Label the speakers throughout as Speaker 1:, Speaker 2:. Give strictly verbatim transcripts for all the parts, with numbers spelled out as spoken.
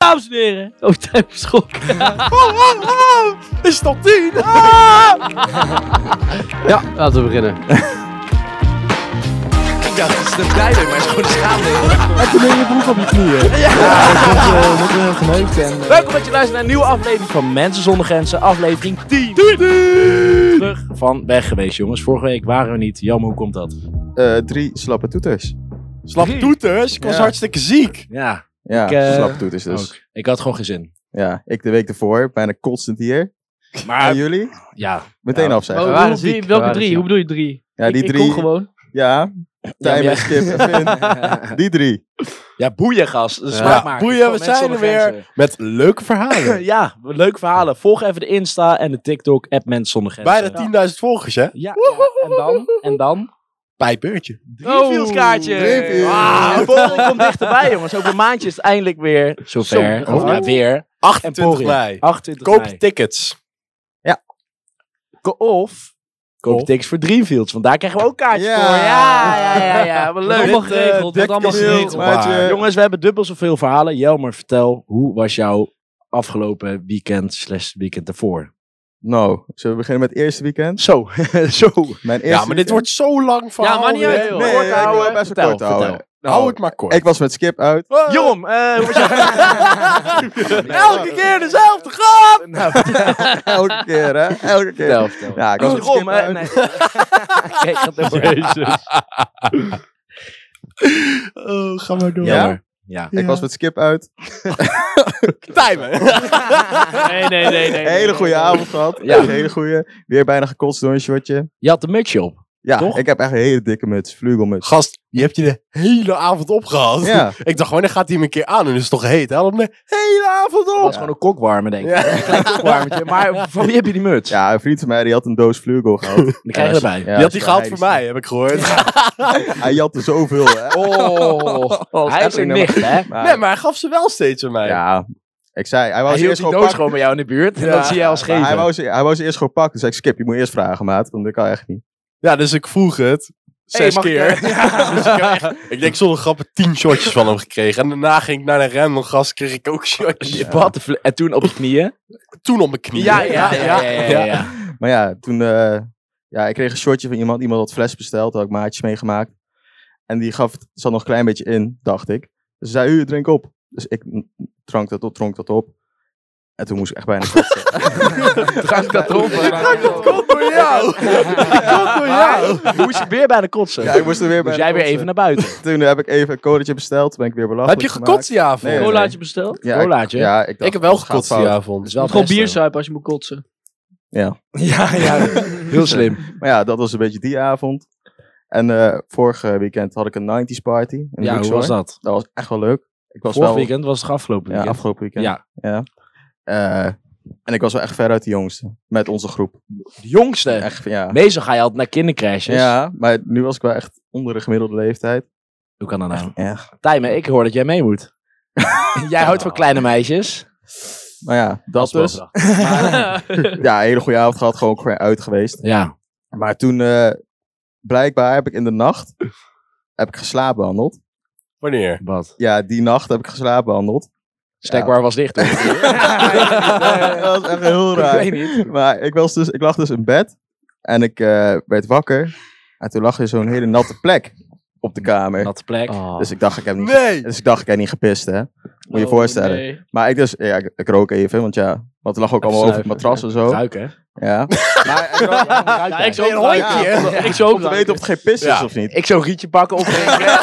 Speaker 1: dames en heren. Oh, tijd verschok.
Speaker 2: oh, oh, oh. Is het al tien?
Speaker 1: Ah! Ja, laten we beginnen.
Speaker 3: Ik dacht, het is een blijder, maar het is gewoon een schaamde.
Speaker 4: En toen ben je broek op je knieën. Ja, ja dat wordt geneukt. En, uh...
Speaker 3: Welkom dat je luistert naar een nieuwe aflevering van Mensen Zonder Grenzen. Aflevering tien. tien. Terug van weg geweest, jongens. Vorige week waren we niet. Jammer, hoe komt dat?
Speaker 4: Uh, drie slappe toeters.
Speaker 2: Slappe toeters? Ik was
Speaker 4: ja.
Speaker 2: hartstikke ziek.
Speaker 3: Ja.
Speaker 4: Ja,
Speaker 3: ik, uh,
Speaker 4: slappe toeters dus.
Speaker 3: Ook. Ik had gewoon geen zin.
Speaker 4: Ja, ik de week ervoor, bijna kotsend hier.
Speaker 3: Maar
Speaker 4: en jullie?
Speaker 3: Ja.
Speaker 4: Meteen
Speaker 3: ja.
Speaker 4: afzeggen.
Speaker 1: Oh,
Speaker 4: we
Speaker 1: waren drie, welke waren drie? Ziek. Hoe bedoel je drie?
Speaker 4: Ja, die
Speaker 1: ik,
Speaker 4: drie.
Speaker 1: Ik kom gewoon.
Speaker 4: Ja. Tijmen, ja, Skip en Finn. Die drie.
Speaker 3: Ja, boeien, gast. De
Speaker 2: ja, boeien, we zijn er weer met leuke verhalen.
Speaker 3: Ja, leuke verhalen. Volg even de Insta en de TikTok, app Mensen Zonder Grenzen.
Speaker 2: Bijna tienduizend volgers, hè?
Speaker 3: Ja, ja, en dan? En dan?
Speaker 2: Bijbeurtje.
Speaker 3: Drievielskaartje.
Speaker 4: Oh,
Speaker 3: de borrel komt dichterbij, jongens. Over een maandje is het eindelijk weer zover.
Speaker 4: Zo.
Speaker 3: Of ja, weer.
Speaker 2: achtentwintig mei.
Speaker 3: achtentwintig
Speaker 2: Koop
Speaker 3: mei.
Speaker 2: tickets.
Speaker 3: Ja. Ko- of... Koop je tickets voor Dreamfields, want daar krijgen we ook kaartjes
Speaker 4: ja.
Speaker 3: voor. Ja, ja, ja, ja. Wat leuk.
Speaker 1: Allemaal geregeld. Wat allemaal geregeld.
Speaker 4: Maatje.
Speaker 3: Jongens, we hebben dubbel zoveel verhalen. Jelmer, vertel, hoe was jouw afgelopen weekend slash weekend ervoor?
Speaker 4: Nou, zullen we beginnen met het eerste weekend?
Speaker 3: Zo, zo.
Speaker 4: Mijn eerste
Speaker 2: Ja, maar dit
Speaker 4: weekend?
Speaker 2: wordt zo lang verhaal.
Speaker 1: Ja, maar niet uit.
Speaker 2: hè?
Speaker 4: Nee,
Speaker 3: Kort
Speaker 4: ik
Speaker 3: houden.
Speaker 4: wil best
Speaker 3: Vertel,
Speaker 4: wel kort houden.
Speaker 3: vertel.
Speaker 2: Nou, hou het maar kort.
Speaker 4: Ik was met Skip uit.
Speaker 2: Oh.
Speaker 3: Jeroen, eh, hoe was jouw...
Speaker 2: Elke keer dezelfde grap!
Speaker 3: Nou,
Speaker 4: Elke keer, hè? Elke keer.
Speaker 3: vertel, vertel.
Speaker 4: Ja, ik was met
Speaker 3: Jeroen,
Speaker 4: Skip
Speaker 3: eh,
Speaker 4: uit.
Speaker 3: nee. Kijk, gaat door. Jezus.
Speaker 2: Oh, ga maar door.
Speaker 4: Ja?
Speaker 3: Jammer. Ja.
Speaker 4: Ik was met Skip uit.
Speaker 2: Timen.
Speaker 1: Nee, nee, nee, nee.
Speaker 4: Een hele goede avond gehad.
Speaker 3: Ja.
Speaker 4: Een hele goede. Weer bijna gekotst door een shortje.
Speaker 3: Je had een mutsje op.
Speaker 4: Ja,
Speaker 3: Toch?
Speaker 4: ik heb echt een hele dikke muts. Vlugelmuts.
Speaker 2: Gast, je hebt je de hele avond opgehad.
Speaker 4: Ja.
Speaker 2: Ik dacht, wanneer gaat hij hem een keer aan? En is het toch heet? Hij had hem de hele avond
Speaker 3: Dat
Speaker 2: op.
Speaker 3: was gewoon een kokwarmer, denk ik.
Speaker 2: Ja.
Speaker 3: Een klein kokwarmertje. Maar van wie heb je die muts?
Speaker 4: Ja, een vriend van mij die had een doos vlugel gehad.
Speaker 3: Die krijg je erbij.
Speaker 4: Ja,
Speaker 2: Die had hij
Speaker 4: zo
Speaker 2: gehaald
Speaker 4: heilig.
Speaker 2: voor mij, heb ik gehoord.
Speaker 4: Hij jatte zoveel, hè.
Speaker 3: Oh, hij is er nicht, hè?
Speaker 4: Maar,
Speaker 2: Nee, maar hij gaf ze wel steeds aan mij.
Speaker 4: Ja, ik zei, hij wou
Speaker 3: Hij
Speaker 4: ze
Speaker 3: hield
Speaker 4: eerst
Speaker 3: die
Speaker 4: gewoon
Speaker 3: doos
Speaker 4: pakken.
Speaker 3: gewoon bij jou in de buurt. En
Speaker 2: Ja.
Speaker 3: dat zie jij als
Speaker 4: Maar hij,
Speaker 3: geven.
Speaker 4: wou ze, hij wou ze eerst gewoon pakken. Dus ik zei, Skip, je moet eerst vragen, maat. Want dat kan echt niet.
Speaker 2: Ja, dus ik vroeg het. Zes
Speaker 3: mag ik,
Speaker 2: keer.
Speaker 3: eh,
Speaker 2: Ja, dus ik, heb echt, ik denk zonder grappen tien shotjes van hem gekregen. En daarna ging ik naar een random gast, kreeg ik ook shotjes.
Speaker 3: Wat de fl- En toen op je knieën.
Speaker 2: Toen op mijn knieën.
Speaker 3: Ja, ja, ja. ja, ja, ja.
Speaker 4: Maar ja, toen... eh, ja, ik kreeg een shortje van iemand. Iemand had fles besteld. Daar had ik maatjes meegemaakt. En die gaf het... zat nog een klein beetje in, dacht ik. Dus hij zei, u, drink op. Dus ik drank dat op, dronk dat op. En toen moest ik echt bijna kotsen.
Speaker 3: Drank dat op.
Speaker 2: Dat komt door jou. Dat komt door jou.
Speaker 3: Je moest je weer bij de kotsen.
Speaker 4: Ja, ik moest er weer
Speaker 3: Dus
Speaker 4: bijna
Speaker 3: jij weer
Speaker 4: kotsen.
Speaker 3: even naar buiten.
Speaker 4: Toen heb ik even een codetje besteld. Toen ben ik weer belachelijk
Speaker 2: Heb je
Speaker 4: gemaakt.
Speaker 2: gekotst die avond?
Speaker 4: Nee, nee.
Speaker 1: Colaatje besteld?
Speaker 4: Ja, ik-
Speaker 3: Colaatje?
Speaker 4: Ja, ik, dacht,
Speaker 2: Ik heb wel
Speaker 4: dat gaat
Speaker 2: gekotst die
Speaker 4: fout.
Speaker 3: Dat
Speaker 2: avond.
Speaker 3: is wel
Speaker 1: Gewoon
Speaker 3: best,
Speaker 1: bier
Speaker 3: hoor.
Speaker 1: zuipen als je moet kotsen.
Speaker 4: Ja.
Speaker 3: Ja, ja. Heel slim.
Speaker 4: Maar ja, dat was een beetje die avond. En eh vorige weekend had ik een nineties party. In
Speaker 3: Ja, hoe
Speaker 4: Luxor.
Speaker 3: was dat?
Speaker 4: Dat was echt wel leuk. Ik was
Speaker 3: Vorig
Speaker 4: wel,
Speaker 3: weekend was het afgelopen
Speaker 4: Ja,
Speaker 3: weekend.
Speaker 4: afgelopen weekend.
Speaker 3: Ja.
Speaker 4: Ja. Eh, en ik was wel echt veruit de jongste. Met onze groep.
Speaker 3: De jongste.
Speaker 4: Echt, ja.
Speaker 3: Meestal ga je altijd naar kindercrashes.
Speaker 4: Ja, maar nu was ik wel echt onder de gemiddelde leeftijd.
Speaker 3: Hoe kan dat nou?
Speaker 4: Ja.
Speaker 3: Tijmen, ik hoor dat jij mee moet. Jij houdt van kleine meisjes.
Speaker 4: Maar ja, dat
Speaker 3: Als
Speaker 4: dus.
Speaker 3: bovendracht.
Speaker 4: Ja, een hele goede avond gehad. Gewoon gewoon uit geweest.
Speaker 3: Ja.
Speaker 4: Maar toen, eh, blijkbaar heb ik in de nacht heb ik geslaapbehandeld.
Speaker 2: Wanneer?
Speaker 3: Wat?
Speaker 4: Ja, die nacht heb ik geslaapbehandeld.
Speaker 3: Snackbar was dicht. hoor.
Speaker 4: Nee, dat was echt heel raar.
Speaker 3: Ik weet niet.
Speaker 4: Maar ik, was dus, ik lag dus in bed. En ik eh, werd wakker. En toen lag er zo'n hele natte plek op de kamer.
Speaker 3: Natte plek.
Speaker 4: Dus ik dacht, ik heb niet,
Speaker 2: Nee.
Speaker 4: dus ik dacht, ik heb niet gepist, hè. Moet je je
Speaker 1: Oh,
Speaker 4: voorstellen.
Speaker 1: nee.
Speaker 4: Maar ik dus, ja, ik, ik rook even, want ja, want er lag ook allemaal over het matras en zo.
Speaker 3: Ruiken.
Speaker 4: Ja. Maar ik rook,
Speaker 1: Ja, ik zou ook
Speaker 2: Een
Speaker 1: ruiken.
Speaker 2: hondje.
Speaker 1: Ja, ik zou
Speaker 4: om
Speaker 1: ook
Speaker 4: te weten of het geen pis is
Speaker 2: Ja.
Speaker 4: of niet.
Speaker 3: Ik zou een rietje pakken op.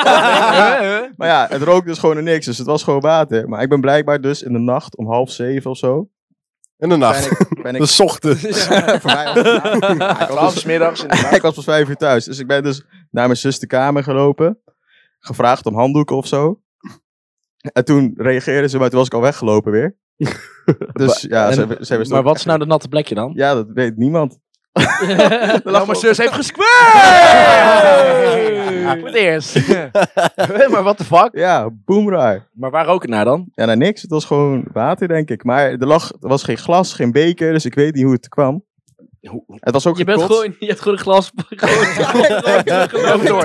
Speaker 4: Maar ja, het rook dus gewoon naar niks, dus het was gewoon water. Maar ik ben blijkbaar dus in de nacht om half zeven of zo.
Speaker 2: In de
Speaker 4: Ben
Speaker 2: nacht.
Speaker 4: ik, ben ik,
Speaker 2: Dat is ochtends.
Speaker 4: voor mij, ja, ik was
Speaker 3: Twaalf
Speaker 4: dus-
Speaker 3: middags.
Speaker 4: ik was pas vijf uur thuis. Dus ik ben dus naar mijn zus de kamer gelopen. Gevraagd om handdoeken of zo. En toen reageerden ze, maar toen was ik al weggelopen weer. Dus ja, ze, hebben- ze hebben
Speaker 3: Maar wat is nou de natte plekje dan?
Speaker 4: Ja, dat weet niemand.
Speaker 3: Nou, mijn zus heeft gesqueerd! Voor het eerst. Maar what the fuck?
Speaker 4: Ja, boemraar.
Speaker 3: Maar waar rook het naar dan?
Speaker 4: Ja, naar niks. Het was gewoon water, denk ik. Maar er, lag, er was geen glas, geen beker, dus ik weet niet hoe het kwam. Het was ook
Speaker 1: Je bent
Speaker 4: gekotst.
Speaker 1: gewoon, je hebt gewoon een glas.
Speaker 3: Gewoon door.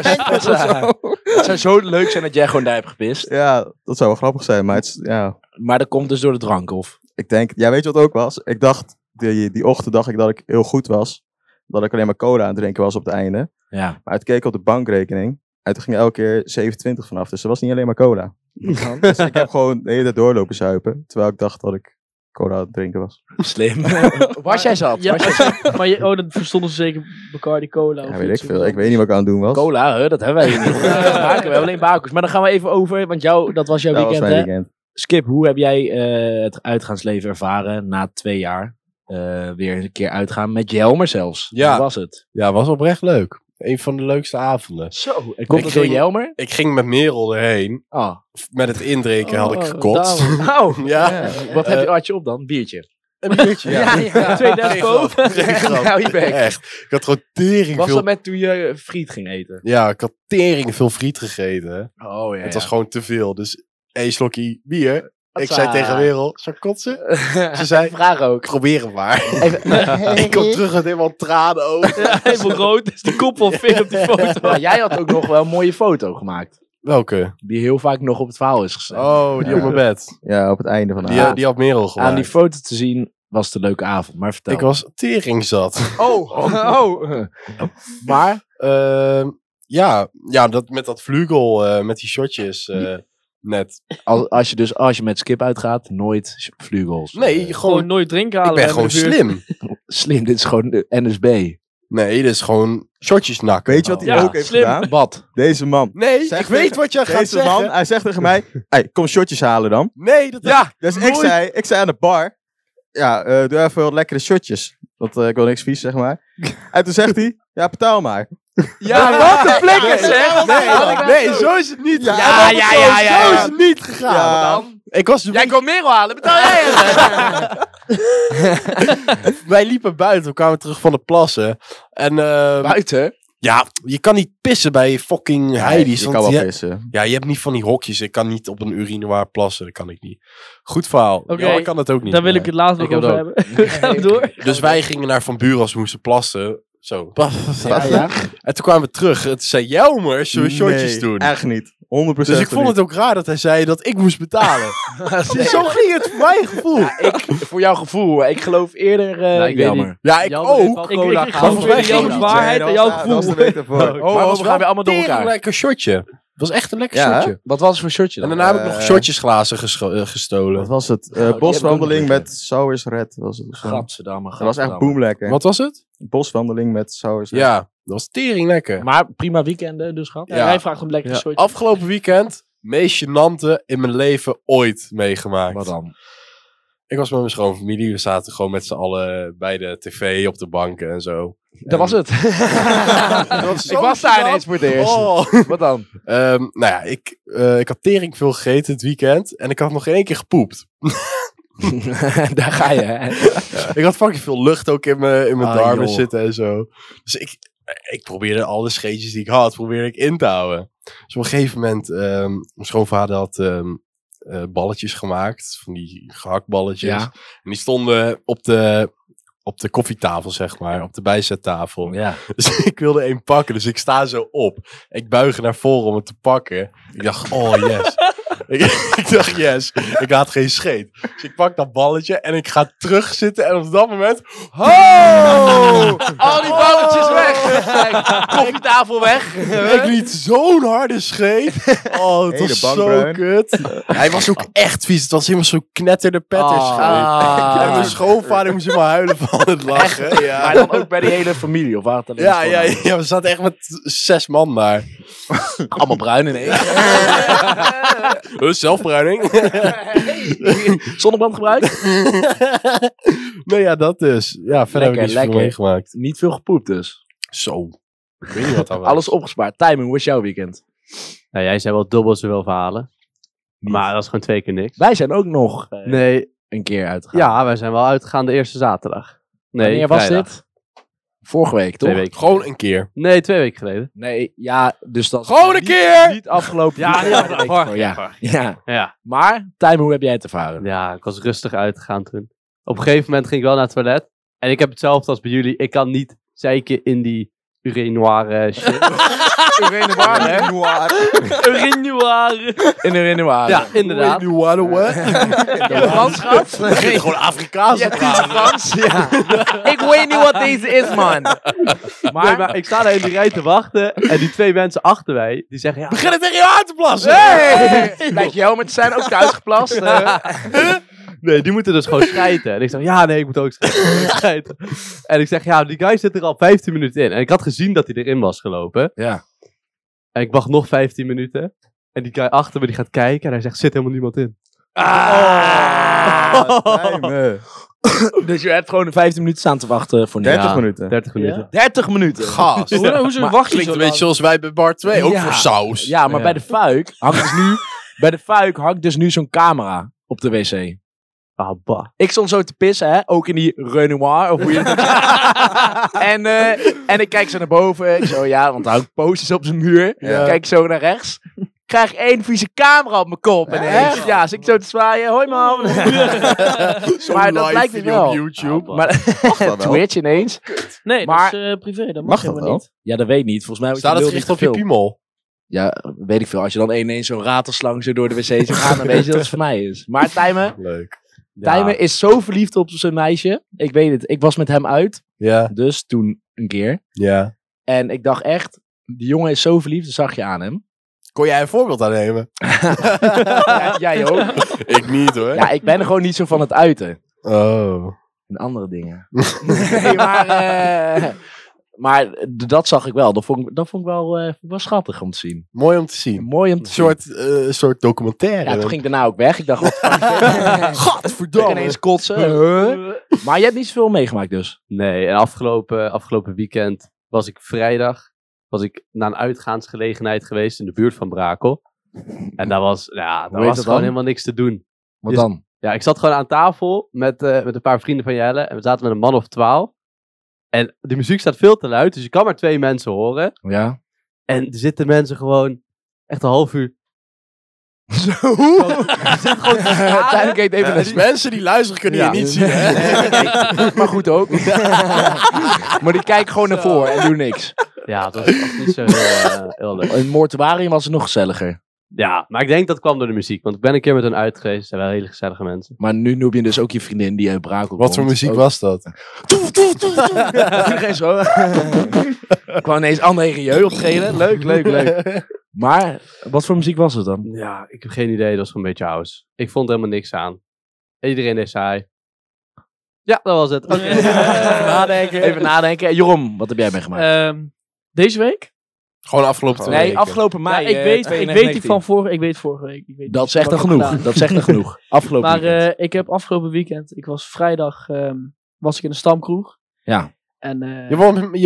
Speaker 3: Het zou zo leuk zijn dat jij gewoon daar hebt gepist.
Speaker 4: Ja, dat zou wel grappig zijn, maar het is, ja,
Speaker 3: Maar dat komt dus door de drank, of?
Speaker 4: ik denk, ja, weet je wat het ook was? Ik dacht, die, die ochtend dacht ik dat ik heel goed was. Dat ik alleen maar cola aan het drinken was op het einde.
Speaker 3: Ja.
Speaker 4: Maar ik keek op de bankrekening. En toen ging er elke keer zevenentwintig vanaf. Dus er was niet alleen maar cola. Dus ik heb gewoon de hele tijd doorlopen zuipen. Terwijl ik dacht dat ik cola aan het drinken was.
Speaker 3: Slim. Was jij zat?
Speaker 1: Ja,
Speaker 3: Was jij zat?
Speaker 1: maar je, oh, dat verstonden ze zeker Bacardi Cola.
Speaker 4: Ja,
Speaker 1: of
Speaker 4: weet ik
Speaker 1: iets
Speaker 4: veel. Ik weet niet wat ik aan het doen was.
Speaker 3: Cola, hè? Dat hebben wij hier niet. We hebben alleen bakers. Maar dan gaan we even over, want jou, dat was jouw
Speaker 4: Dat was
Speaker 3: weekend,
Speaker 4: mijn
Speaker 3: hè?
Speaker 4: weekend.
Speaker 3: Skip, hoe heb jij eh, het uitgaansleven ervaren na twee jaar? Eh, weer een keer uitgaan met Jelmer zelfs.
Speaker 2: Ja.
Speaker 3: Hoe was het?
Speaker 2: Ja, was oprecht leuk. Een van de leukste avonden.
Speaker 3: Zo. En komt
Speaker 2: Ik
Speaker 3: het door
Speaker 2: ging-
Speaker 3: Jelmer?
Speaker 2: Ik ging met Merel erheen.
Speaker 3: Oh.
Speaker 2: Met het indrinken had ik
Speaker 1: Oh,
Speaker 2: gekotst.
Speaker 1: daarom.
Speaker 3: Oh.
Speaker 2: Ja.
Speaker 3: Wat heb je,
Speaker 2: Eh,
Speaker 3: had je op dan? Biertje.
Speaker 2: Een biertje, ja.
Speaker 3: ja.
Speaker 1: Twee
Speaker 2: Geen
Speaker 1: Despo.
Speaker 2: grap, geen grap.
Speaker 3: Hou je bek.
Speaker 2: Echt. Ik had gewoon tering
Speaker 3: Was
Speaker 2: veel...
Speaker 3: dat met toen je friet ging eten?
Speaker 2: Ja, ik had tering veel friet gegeten.
Speaker 3: Oh ja.
Speaker 2: Het was gewoon te veel. Dus één slokje bier. Ik zei tegen Merel, zou ik kotsen? Ze zei,
Speaker 3: Vraag ook.
Speaker 2: probeer het maar.
Speaker 3: Even,
Speaker 2: Ik kom terug met helemaal tranen ogen.
Speaker 1: Helemaal rood. Is de kop al fit op die foto.
Speaker 3: maar jij had ook nog wel een mooie foto gemaakt.
Speaker 2: Welke?
Speaker 3: Die heel vaak nog op het verhaal is gezet.
Speaker 2: Oh, die op mijn bed.
Speaker 4: Ja, op het einde van de
Speaker 2: Die,
Speaker 4: avond.
Speaker 2: die had Merel
Speaker 3: Aan
Speaker 2: gemaakt.
Speaker 3: die foto te zien was het een leuke avond. Maar vertel.
Speaker 2: Ik was tering zat.
Speaker 3: Oh, oh. Maar,
Speaker 2: Ehm, ja, ja dat, met dat vlugel, eh, met die shotjes eh, net.
Speaker 3: als, als je dus als je met Skip uitgaat, nooit vlugels.
Speaker 2: Nee,
Speaker 3: Eh,
Speaker 1: Gewoon
Speaker 2: gewoon,
Speaker 1: nooit drinken
Speaker 2: ik
Speaker 1: halen.
Speaker 2: ben
Speaker 1: bij
Speaker 2: gewoon
Speaker 1: de buurt.
Speaker 2: slim.
Speaker 3: slim, dit is gewoon de N S B.
Speaker 2: Nee, dit is gewoon shotjes nakken.
Speaker 4: Weet je wat hij
Speaker 1: Ja,
Speaker 4: ook heeft
Speaker 1: slim.
Speaker 4: gedaan?
Speaker 3: Wat?
Speaker 4: Deze man.
Speaker 2: Nee,
Speaker 4: Zeg
Speaker 2: ik weet
Speaker 4: tegen-
Speaker 2: wat jij gaat
Speaker 4: Deze
Speaker 2: zeggen.
Speaker 4: man, hij zegt tegen mij, hey, kom shotjes halen dan.
Speaker 2: Nee, dat
Speaker 4: Ja, dus ik
Speaker 2: nooit.
Speaker 4: zei, ik zei aan de bar, ja, eh, doe even wat lekkere shotjes. Want eh, ik wil niks vies, zeg maar. En toen zegt hij, ja, betaal maar.
Speaker 3: Ja, wat een flikker
Speaker 2: Nee,
Speaker 3: zeg!
Speaker 2: nee, nee, zo is het niet
Speaker 4: Ja,
Speaker 2: gegaan.
Speaker 3: ja,
Speaker 2: Zo-
Speaker 3: ja, ja,
Speaker 2: Zo
Speaker 3: ja.
Speaker 2: is het niet gegaan.
Speaker 4: Ja.
Speaker 3: Dan?
Speaker 2: Ik was,
Speaker 3: Jij kon Merel halen, betaal jij het?
Speaker 2: wij liepen buiten, we kwamen terug van de plassen. En eh,
Speaker 3: Buiten?
Speaker 2: ja, je kan niet pissen bij fucking Heidi's.
Speaker 4: je
Speaker 2: want
Speaker 4: kan wel
Speaker 2: je-
Speaker 4: pissen.
Speaker 2: Ja, je hebt niet van die hokjes. Ik kan niet op een urinoir plassen. Dat kan ik niet. Goed verhaal.
Speaker 1: Oké,
Speaker 2: Ja, ik kan het ook niet.
Speaker 1: Daar wil ik het laatst nog
Speaker 3: Ik heb
Speaker 1: over
Speaker 3: het
Speaker 1: hebben. Gaan we door.
Speaker 2: Dus wij gingen naar Van Buren als we moesten plassen. Zo.
Speaker 3: Ja, ja.
Speaker 2: En toen kwamen we terug. En toen zei Jelmer, zullen we shotjes
Speaker 4: Nee,
Speaker 2: doen?
Speaker 4: echt niet. honderd procent
Speaker 2: Dus ik vond het ook raar dat hij zei dat ik moest betalen. Dus zo ging het voor mijn gevoel. Ja,
Speaker 3: Ja, ik, voor jouw gevoel, ik geloof eerder eh
Speaker 1: Nou, ik weet
Speaker 3: Jelmer.
Speaker 1: niet.
Speaker 2: ik
Speaker 1: Jan
Speaker 2: ook.
Speaker 1: heeft wel
Speaker 2: Ik,
Speaker 1: cola
Speaker 2: ik, ik
Speaker 1: gehaald.
Speaker 2: geloof
Speaker 1: Volgens mij
Speaker 2: wel
Speaker 1: Jan's
Speaker 2: geen-
Speaker 1: waarheid en jouw
Speaker 4: dat was de
Speaker 1: gevoel.
Speaker 4: week ervoor.
Speaker 3: Oh,
Speaker 2: Maar
Speaker 3: oh,
Speaker 2: het was
Speaker 3: we
Speaker 2: wel
Speaker 3: gaan weer allemaal door
Speaker 2: tering
Speaker 3: elkaar.
Speaker 2: lekker shotje. Het was echt een lekker
Speaker 4: Ja,
Speaker 2: shotje.
Speaker 3: Wat was het voor shirtje
Speaker 2: En
Speaker 3: dan?
Speaker 2: daarna heb ik nog
Speaker 4: Eh,
Speaker 2: shotjesglazen gescho- eh, gestolen.
Speaker 4: Wat was het? Eh,
Speaker 3: die heb ik
Speaker 4: boswandeling
Speaker 3: ook nog
Speaker 4: met Sauers Red. Was het of zo.
Speaker 3: Gadverdamme,
Speaker 4: Dat was echt
Speaker 3: gadverdamme.
Speaker 4: boomlekker.
Speaker 2: Wat was het?
Speaker 4: Boswandeling met Sauers Red.
Speaker 2: Ja, dat was tering lekker.
Speaker 3: Maar prima weekenden dus gehad.
Speaker 1: Ja,
Speaker 2: Ja.
Speaker 1: Hij vraagt om lekker
Speaker 2: Ja,
Speaker 1: een soort.
Speaker 2: afgelopen weekend, meest gênante in mijn leven ooit meegemaakt.
Speaker 3: Wat dan?
Speaker 2: Ik was met mijn schoonfamilie. We zaten gewoon met z'n allen bij de tv op de banken en zo.
Speaker 3: Dat was het.
Speaker 2: was
Speaker 3: ik
Speaker 2: zo
Speaker 3: was daar
Speaker 2: gênant.
Speaker 3: ineens voor het eerst.
Speaker 2: Oh.
Speaker 3: Wat dan?
Speaker 2: Ehm, nou ja, ik, eh, ik had tering veel gegeten het weekend. En ik had nog geen één keer gepoept.
Speaker 3: daar ga je, hè?
Speaker 2: Ik had fucking veel lucht ook in mijn, in mijn
Speaker 3: Ah,
Speaker 2: darmen
Speaker 3: joh.
Speaker 2: zitten en zo. Dus ik, ik probeerde alle scheetjes die ik had, probeerde ik in te houden. Dus op een gegeven moment, ehm, mijn schoonvader had ehm, eh, balletjes gemaakt. Van die gehaktballetjes.
Speaker 3: Ja.
Speaker 2: En die stonden op de, op de koffietafel, zeg maar. Op de bijzettafel.
Speaker 3: Ja.
Speaker 2: Dus ik wilde één pakken. Dus ik sta zo op. Ik buig naar voren om het te pakken. Ik dacht, oh yes. ik, ik dacht, yes. Ik had geen scheet. Dus ik pak dat balletje en ik ga terugzitten. En op dat moment... Oh!
Speaker 3: Al die balletjes weg! Koffietafel weg!
Speaker 2: Ik liet zo'n harde scheet. Oh, het
Speaker 4: Hele
Speaker 2: was
Speaker 4: bank
Speaker 2: zo
Speaker 4: bruin.
Speaker 2: kut. Hij was ook echt vies. Het was helemaal zo knetterde petters.
Speaker 3: Ah.
Speaker 2: En mijn schoonvader moest helemaal huilen van het lachen. Ja.
Speaker 3: Maar dan ook bij de hele familie, of waar het alleen
Speaker 2: Ja,
Speaker 3: is
Speaker 2: ja,
Speaker 3: gewoon-
Speaker 2: ja, we zaten echt met zes man daar.
Speaker 3: Allemaal bruin in één.
Speaker 2: Uh, zelfbruining.
Speaker 3: Zonnebrand gebruikt?
Speaker 2: Nee, ja, dat dus. Ja, verder heb ik
Speaker 3: Lekker,
Speaker 2: niet zoveel
Speaker 3: lekker.
Speaker 2: meegemaakt.
Speaker 3: Niet veel gepoept dus.
Speaker 2: Zo. Ik weet niet wat dat was.
Speaker 3: Alles opgespaard. Timing, hoe is jouw weekend?
Speaker 1: Nou, jij zei wel dubbel zoveel verhalen. Maar dat is gewoon twee keer niks.
Speaker 3: Wij zijn ook nog eh,
Speaker 1: Nee,
Speaker 3: een keer uitgegaan.
Speaker 1: ja, wij zijn wel uitgegaan de eerste zaterdag. Nee,
Speaker 3: Wanneer was
Speaker 1: vrijdag.
Speaker 3: dit? Vorige week, toch?
Speaker 1: Twee weken.
Speaker 2: Gewoon een keer.
Speaker 1: Nee, twee weken geleden.
Speaker 3: Nee, ja, dus dat...
Speaker 2: Gewoon een
Speaker 3: niet-
Speaker 2: keer!
Speaker 3: Niet afgelopen
Speaker 1: Ja,
Speaker 3: weekend,
Speaker 1: niet
Speaker 3: maar de week
Speaker 1: afgelopen.
Speaker 3: ervoor, ja. ja.
Speaker 1: Ja.
Speaker 3: Maar, Timing, hoe heb jij het ervaren?
Speaker 1: Ja, ik was rustig uitgegaan toen. Op een gegeven moment ging ik wel naar het toilet. En ik heb hetzelfde als bij jullie. Ik kan niet zeiken in die urinoire shit.
Speaker 3: Urinoir, hè?
Speaker 1: urinoire.
Speaker 3: In urinoir.
Speaker 1: Ja, inderdaad.
Speaker 2: You wanna what?
Speaker 3: In het Frans gehad?
Speaker 2: Dan ging je gewoon Afrikaans
Speaker 3: Ja,
Speaker 2: praten.
Speaker 3: Frans. Ja. Ik weet niet wat deze is, man. Maar,
Speaker 1: Nee, maar ik sta daar in die rij te wachten. En die twee mensen achter mij, die zeggen... Ja,
Speaker 2: Begin het tegen je aan te plassen.
Speaker 3: Hey! Lijkt jou met zijn ook thuis geplast. eh.
Speaker 1: nee, die moeten dus gewoon schijten. En ik zeg, ja, nee, ik moet ook schijten. schijten. En ik zeg, ja, die guy zit er al vijftien minuten in. En ik had gezien dat hij erin was gelopen.
Speaker 3: Ja.
Speaker 1: En ik wacht nog vijftien minuten. En die guy achter me, die gaat kijken. En hij zegt, zit helemaal niemand in.
Speaker 4: Ah,
Speaker 3: Dus je hebt gewoon vijftien minuten staan te wachten voor
Speaker 4: dertig
Speaker 1: Ja,
Speaker 4: minuten.
Speaker 1: dertig minuten.
Speaker 3: dertig minuten.
Speaker 2: Gast.
Speaker 5: Hoe, hoezo
Speaker 3: Maar
Speaker 5: wacht je
Speaker 2: Klinkt
Speaker 5: zo
Speaker 2: een
Speaker 5: lang?
Speaker 2: beetje zoals wij bij bar twee. Ook
Speaker 3: Ja.
Speaker 2: voor saus.
Speaker 3: Ja, maar
Speaker 1: Ja.
Speaker 3: bij de Fuik hangt dus nu... bij de Fuik hangt dus nu zo'n camera op de wc.
Speaker 1: Ah, bah.
Speaker 3: Ik stond zo te pissen, hè. Ook in die Renoir, of hoe je het noemt. en, eh, en ik kijk zo naar boven. Ik zo, ja, want er hangt posters op zijn muur.
Speaker 2: Ja.
Speaker 3: Kijk zo naar rechts. Krijg één vieze camera op mijn kop. En
Speaker 4: Echt?
Speaker 3: ja, zit ik zo te zwaaien. Hoi, man.
Speaker 2: Zo'n
Speaker 3: Maar dat
Speaker 2: live
Speaker 3: lijkt me
Speaker 2: video
Speaker 3: wel.
Speaker 2: op YouTube.
Speaker 1: Ah,
Speaker 3: Maar
Speaker 4: dat wel?
Speaker 3: Twitch ineens.
Speaker 5: Nee,
Speaker 3: Maar-
Speaker 5: dat is eh, privé. Dat mag,
Speaker 4: Mag dat
Speaker 5: helemaal
Speaker 4: wel?
Speaker 5: niet.
Speaker 3: Ja, dat weet ik niet. Volgens mij wordt
Speaker 2: Staat
Speaker 3: je
Speaker 2: het
Speaker 3: lul
Speaker 2: gericht
Speaker 3: niet
Speaker 2: op je
Speaker 3: gefilmd.
Speaker 2: piemel?
Speaker 3: Ja, weet ik veel. Als je dan ineens zo'n ratelslang zo door de wc zou gaan, dan weet je dat het voor mij is. Maar Tijmen,
Speaker 2: Leuk.
Speaker 1: Ja.
Speaker 3: Tijmen is zo verliefd op zijn meisje. Ik weet het. Ik was met hem uit.
Speaker 2: Ja,
Speaker 3: Dus toen een keer.
Speaker 2: ja.
Speaker 3: En ik dacht echt, die jongen is zo verliefd, dat zag je aan hem.
Speaker 2: Kon jij een voorbeeld aannemen?
Speaker 3: Ja, jij ook.
Speaker 2: Ik niet hoor.
Speaker 3: Ja, ik ben er gewoon niet zo van het uiten.
Speaker 2: Oh.
Speaker 3: En andere dingen. Nee, maar, eh, maar d- dat zag ik wel. Dat vond ik, dat vond ik wel, eh, vond ik wel schattig om te zien.
Speaker 2: Mooi om te zien.
Speaker 3: Mooi om
Speaker 2: Een
Speaker 3: te zien.
Speaker 2: soort, eh, soort documentaire.
Speaker 3: Ja, toen ging ik daarna ook weg. Ik dacht, wat fuck. Ik
Speaker 2: Gadverdamme.
Speaker 3: ineens kotsen. Huh? Maar je hebt niet zoveel meegemaakt dus.
Speaker 1: Nee, en afgelopen, afgelopen weekend was ik vrijdag was ik naar een uitgaansgelegenheid geweest in de buurt van Brakel. En daar was, ja,
Speaker 3: Hoe
Speaker 1: daar
Speaker 3: heet
Speaker 1: was
Speaker 3: dat
Speaker 1: gewoon
Speaker 3: dan?
Speaker 1: helemaal niks te doen.
Speaker 3: Wat
Speaker 1: Dus-
Speaker 3: dan?
Speaker 1: Ja, ik zat gewoon aan tafel met, eh, met een paar vrienden van Jelle. En we zaten met een man of twaalf. En de muziek staat veel te luid, dus je kan maar twee mensen horen.
Speaker 3: Ja.
Speaker 1: En er zitten mensen gewoon echt een half uur...
Speaker 3: Zo? Uiteindelijk heet even
Speaker 2: Dus mensen die luisteren kunnen
Speaker 1: Ja.
Speaker 2: je niet zien, hè?
Speaker 3: maar goed ook. Maar die kijken gewoon naar voren en doen niks.
Speaker 1: Ja, dat was echt niet zo heel, eh, heel leuk.
Speaker 3: In het mortuarium was het nog gezelliger.
Speaker 1: Ja, maar ik denk dat kwam door de muziek. Want ik ben een keer met hen uit geweest. Ze zijn wel hele gezellige mensen.
Speaker 3: Maar nu noem je dus ook je vriendin die uit Brakel
Speaker 2: Wat voor muziek was dat?
Speaker 3: Iedereen zo. Kwam ineens Anne Rieu optreden. Leuk, leuk, leuk. Maar, wat voor muziek was het dan?
Speaker 1: Ja, ik heb geen idee. Dat was gewoon een beetje house. Ik vond helemaal niks aan. Iedereen is saai. Ja, dat was het. Oké.
Speaker 3: Even nadenken. Even nadenken. Jeroen, wat heb jij meegemaakt?
Speaker 5: Ehm, deze week?
Speaker 2: Gewoon afgelopen twee
Speaker 3: nee,
Speaker 2: weken.
Speaker 3: afgelopen mei.
Speaker 5: ja, ik,
Speaker 3: eh,
Speaker 5: weet, ik
Speaker 3: tweeëntigtig.
Speaker 5: weet die van vorige, ik weet vorige week. Ik weet
Speaker 3: Dat
Speaker 5: niet
Speaker 3: zegt er
Speaker 5: wat ik heb
Speaker 3: genoeg.
Speaker 5: gedaan.
Speaker 3: Dat zegt er genoeg. Afgelopen
Speaker 5: Maar
Speaker 3: weekend.
Speaker 5: eh, ik heb afgelopen weekend, ik was vrijdag, ehm, was ik in een stamkroeg.
Speaker 3: Ja.
Speaker 5: En, eh,
Speaker 2: Je was, je,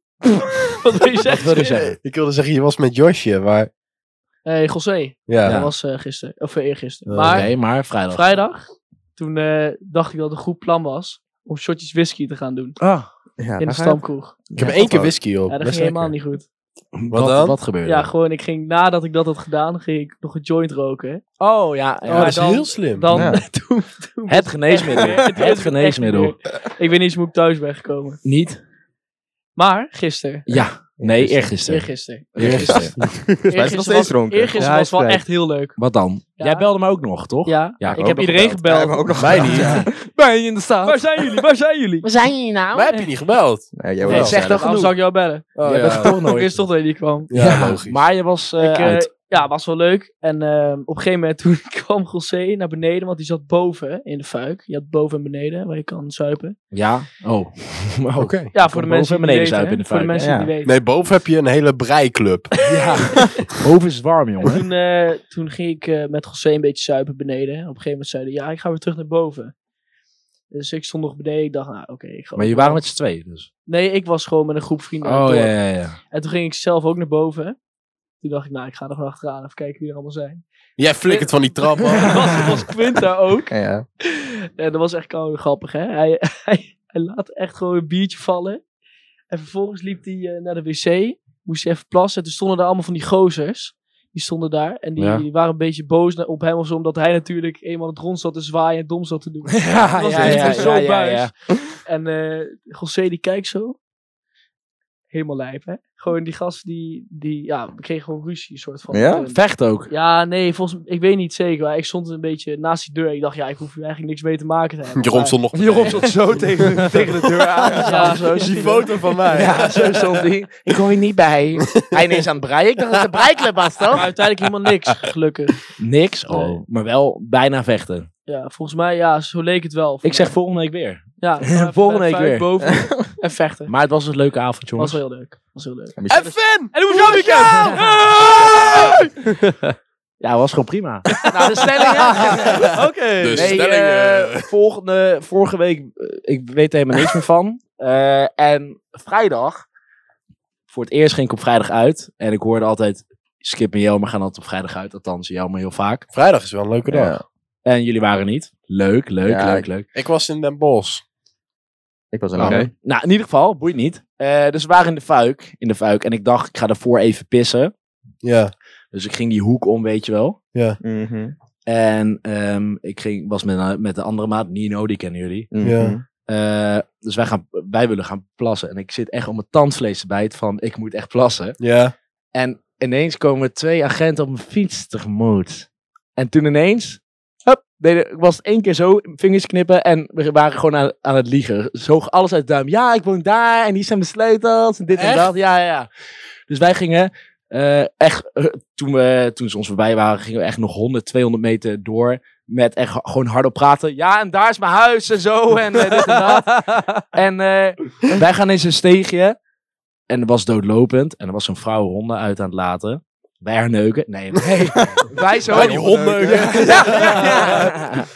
Speaker 5: wat wil je
Speaker 3: Wat
Speaker 5: zeggen?
Speaker 3: wil je zeggen?
Speaker 2: ik wilde zeggen, je was met Josje, maar...
Speaker 5: Hey, José,
Speaker 2: Ja.
Speaker 5: dat was eh, gisteren, of uh, eergisteren.
Speaker 3: Oké,
Speaker 5: maar
Speaker 3: maar vrijdag.
Speaker 5: vrijdag, toen eh, dacht ik dat het een goed plan was om shotjes whisky te gaan doen
Speaker 3: Ah,
Speaker 4: Ja,
Speaker 5: in de
Speaker 4: daar ga je-
Speaker 5: stamkroeg.
Speaker 2: Ik heb
Speaker 3: Ja,
Speaker 2: één keer
Speaker 4: ook.
Speaker 2: whisky op.
Speaker 5: Ja, dat
Speaker 2: Best
Speaker 5: ging helemaal
Speaker 2: lekker.
Speaker 5: niet goed.
Speaker 3: wat,
Speaker 2: dan?
Speaker 3: Wat gebeurde
Speaker 5: Ja,
Speaker 3: er?
Speaker 5: gewoon, ik ging nadat ik dat had gedaan, ging ik nog een joint roken.
Speaker 3: Oh, ja. ja.
Speaker 2: Oh, dat is
Speaker 5: dan-
Speaker 2: heel slim.
Speaker 5: Dan,
Speaker 4: Ja.
Speaker 5: toen, toen
Speaker 3: Het geneesmiddel.
Speaker 5: echt weer-
Speaker 3: Het
Speaker 5: toen was
Speaker 3: geneesmiddel.
Speaker 5: echt weer- Ik weet niet eens hoe ik thuis ben gekomen.
Speaker 3: Niet?
Speaker 5: Maar gisteren.
Speaker 3: Ja. Nee, eergisteren.
Speaker 5: Eergisteren.
Speaker 3: Eergisteren.
Speaker 4: nog steeds
Speaker 5: was,
Speaker 4: dronken.
Speaker 5: eergisteren
Speaker 1: Ja, hij
Speaker 5: was wel
Speaker 1: is kwijt.
Speaker 5: echt heel leuk.
Speaker 3: Wat dan?
Speaker 5: Ja.
Speaker 3: Jij belde me ook nog, toch?
Speaker 5: Ja,
Speaker 3: Ja,
Speaker 5: ik,
Speaker 3: ook
Speaker 5: heb
Speaker 3: nog
Speaker 5: iedereen
Speaker 3: gebeld.
Speaker 4: Ja,
Speaker 5: gebeld.
Speaker 4: maar ook nog
Speaker 2: Mij niet.
Speaker 4: Ja.
Speaker 3: Ben je in de staat?
Speaker 5: Waar zijn jullie? Waar zijn jullie?
Speaker 3: Waar zijn jullie nou?
Speaker 2: Maar heb je niet gebeld?
Speaker 4: Nee, jij
Speaker 3: Nee,
Speaker 4: wel.
Speaker 3: zeg toch
Speaker 5: Waarom
Speaker 3: genoeg.
Speaker 5: zou ik jou bellen?
Speaker 2: Oh,
Speaker 3: Jij
Speaker 2: ja.
Speaker 3: bent toch
Speaker 5: Ik
Speaker 3: nooit.
Speaker 5: wist toch dat je niet kwam.
Speaker 2: Ja, logisch.
Speaker 3: Maar je was eh,
Speaker 5: ik, eh,
Speaker 3: uit.
Speaker 5: ja, was wel leuk. En ehm, op een gegeven moment toen kwam José naar beneden, want die zat boven in de fuik. Je had boven en beneden, waar je kan zuipen.
Speaker 3: Ja? Oh. Oh.
Speaker 2: Oké.
Speaker 5: Ja, voor de
Speaker 3: boven
Speaker 5: mensen
Speaker 3: en
Speaker 5: die
Speaker 3: beneden
Speaker 5: weten.
Speaker 3: zuipen
Speaker 5: hè.
Speaker 3: in de
Speaker 5: Voor de
Speaker 3: fuik,
Speaker 5: mensen
Speaker 4: hè?
Speaker 5: die
Speaker 4: Ja.
Speaker 5: weten.
Speaker 2: Nee, boven heb je een hele breiklub.
Speaker 3: Ja. Boven is het warm, jongen.
Speaker 5: Toen, eh, toen ging ik eh, met José een beetje zuipen beneden. Op een gegeven moment zei hij, ja, ik ga weer terug naar boven. Dus ik stond nog beneden. Ik dacht, nou, oké. ik ga
Speaker 3: Maar
Speaker 5: ook
Speaker 3: je
Speaker 5: wel.
Speaker 3: waren met z'n tweeën, dus.
Speaker 5: Nee, ik was gewoon met een groep vrienden. aan
Speaker 3: Oh,
Speaker 5: het
Speaker 3: ja,
Speaker 5: dorp.
Speaker 3: ja, ja.
Speaker 5: En toen ging ik zelf ook naar boven. Toen dacht ik, nou, ik ga er gewoon achteraan. Even kijken wie er allemaal zijn.
Speaker 2: Jij flikkert van die trap
Speaker 5: Er
Speaker 2: af.
Speaker 5: was, er was Quint daar ook.
Speaker 4: Ja, ja.
Speaker 5: En dat was echt gewoon grappig, hè. Hij, hij, hij laat echt gewoon een biertje vallen. En vervolgens liep hij eh, naar de wc. Moest hij even plassen. En toen stonden er allemaal van die gozers. Die stonden daar. En die,
Speaker 3: Ja.
Speaker 5: die waren een beetje boos na- op hem of zo. Omdat hij natuurlijk eenmaal het rond zat te zwaaien en dom zat te doen.
Speaker 3: Ja,
Speaker 5: Dat was
Speaker 3: ja,
Speaker 5: echt
Speaker 3: ja,
Speaker 5: zo
Speaker 3: ja, ja,
Speaker 5: buis.
Speaker 3: ja.
Speaker 5: En eh José die kijkt zo. Helemaal lijp, hè? Gewoon die gast die, die ja, we kregen gewoon ruzie, soort van.
Speaker 4: Ja?
Speaker 5: En-
Speaker 3: Vecht ook.
Speaker 5: Ja, nee, volgens ik weet niet zeker. Maar ik stond een beetje naast die deur. Ik dacht, ja, ik hoef hier eigenlijk niks mee te maken te hebben.
Speaker 2: Jeroen
Speaker 5: Maar-
Speaker 2: stond nog...
Speaker 3: Jeroen stond zo tegen, tegen de deur aan.
Speaker 5: Ja,
Speaker 3: zo.
Speaker 2: Die foto van mij.
Speaker 3: Ja, zo stond hij. Ik hoor je niet bij. Hij ineens aan het breien. Ik dacht dat het de breiklub was,
Speaker 5: Maar
Speaker 3: toch?
Speaker 5: uiteindelijk helemaal niks, gelukkig.
Speaker 3: Niks.
Speaker 5: Nee.
Speaker 3: Oh, maar wel bijna vechten.
Speaker 5: Ja, volgens mij, ja, zo leek het wel.
Speaker 3: Ik zeg volgende week weer.
Speaker 5: ja, even
Speaker 3: volgende
Speaker 5: bij
Speaker 3: week
Speaker 5: Fuik
Speaker 3: weer.
Speaker 5: boven en vechten.
Speaker 3: Maar het was een leuke avond,
Speaker 5: Was
Speaker 3: jongens.
Speaker 5: wel heel leuk. Was heel leuk.
Speaker 4: En Michel
Speaker 2: En Finn!
Speaker 5: En hoe was jouw weekend?
Speaker 3: Ja, het was gewoon prima. Nou, de stellingen.
Speaker 1: Oké.
Speaker 2: Dus-
Speaker 3: Nee,
Speaker 2: stellingen.
Speaker 3: eh, volgende, vorige week, eh, ik weet er helemaal niks meer van. Eh, en vrijdag, voor het eerst ging ik op vrijdag uit. En ik hoorde altijd, Skip en Jelmer gaan altijd op vrijdag uit. Althans, Jelmer heel vaak.
Speaker 2: Vrijdag is wel een leuke dag.
Speaker 4: Ja.
Speaker 3: En jullie waren niet. Leuk, leuk,
Speaker 4: Ja,
Speaker 3: leuk,
Speaker 4: ik-
Speaker 3: leuk.
Speaker 2: Ik was in Den Bosch.
Speaker 4: Ik was een
Speaker 1: Oké.
Speaker 4: ander.
Speaker 3: Nou, in ieder geval, boeit niet. Eh, dus we waren in de fuik, in de fuik. En ik dacht, ik ga daarvoor even pissen.
Speaker 2: Ja.
Speaker 3: Dus ik ging die hoek om, weet je wel.
Speaker 4: Mhm.
Speaker 3: En ehm, ik ging, was met, een- met de andere maat, Nino, die kennen jullie.
Speaker 4: Mhm.
Speaker 2: Ja.
Speaker 3: Eh, dus wij, gaan, wij willen gaan plassen. En ik zit echt om mijn tandvlees te bijten van, ik moet echt plassen.
Speaker 2: Ja.
Speaker 3: En ineens komen twee agenten op mijn fiets tegemoet. En toen ineens, hup, deden, ik was één keer zo, vingers knippen en we waren gewoon aan, aan het liegen. Zoog alles uit de duim. Ja, ik woon daar en hier zijn mijn sleutels en dit en
Speaker 2: Echt?
Speaker 3: dat. Ja, ja, ja. Dus wij gingen eh, echt, eh, toen, we, toen ze ons voorbij waren, gingen we echt nog honderd, tweehonderd meter door. Met echt ha- gewoon hardop praten. Ja, en daar is mijn huis en zo en eh, dit en dat. En eh, wij gaan in zijn steegje. En het was doodlopend. En er was zo'n vrouw honden uit aan het laten. Wij herneuken. Nee, nee. Wij zo.
Speaker 2: Wij die hondneuken.
Speaker 3: Ja, ja, ja.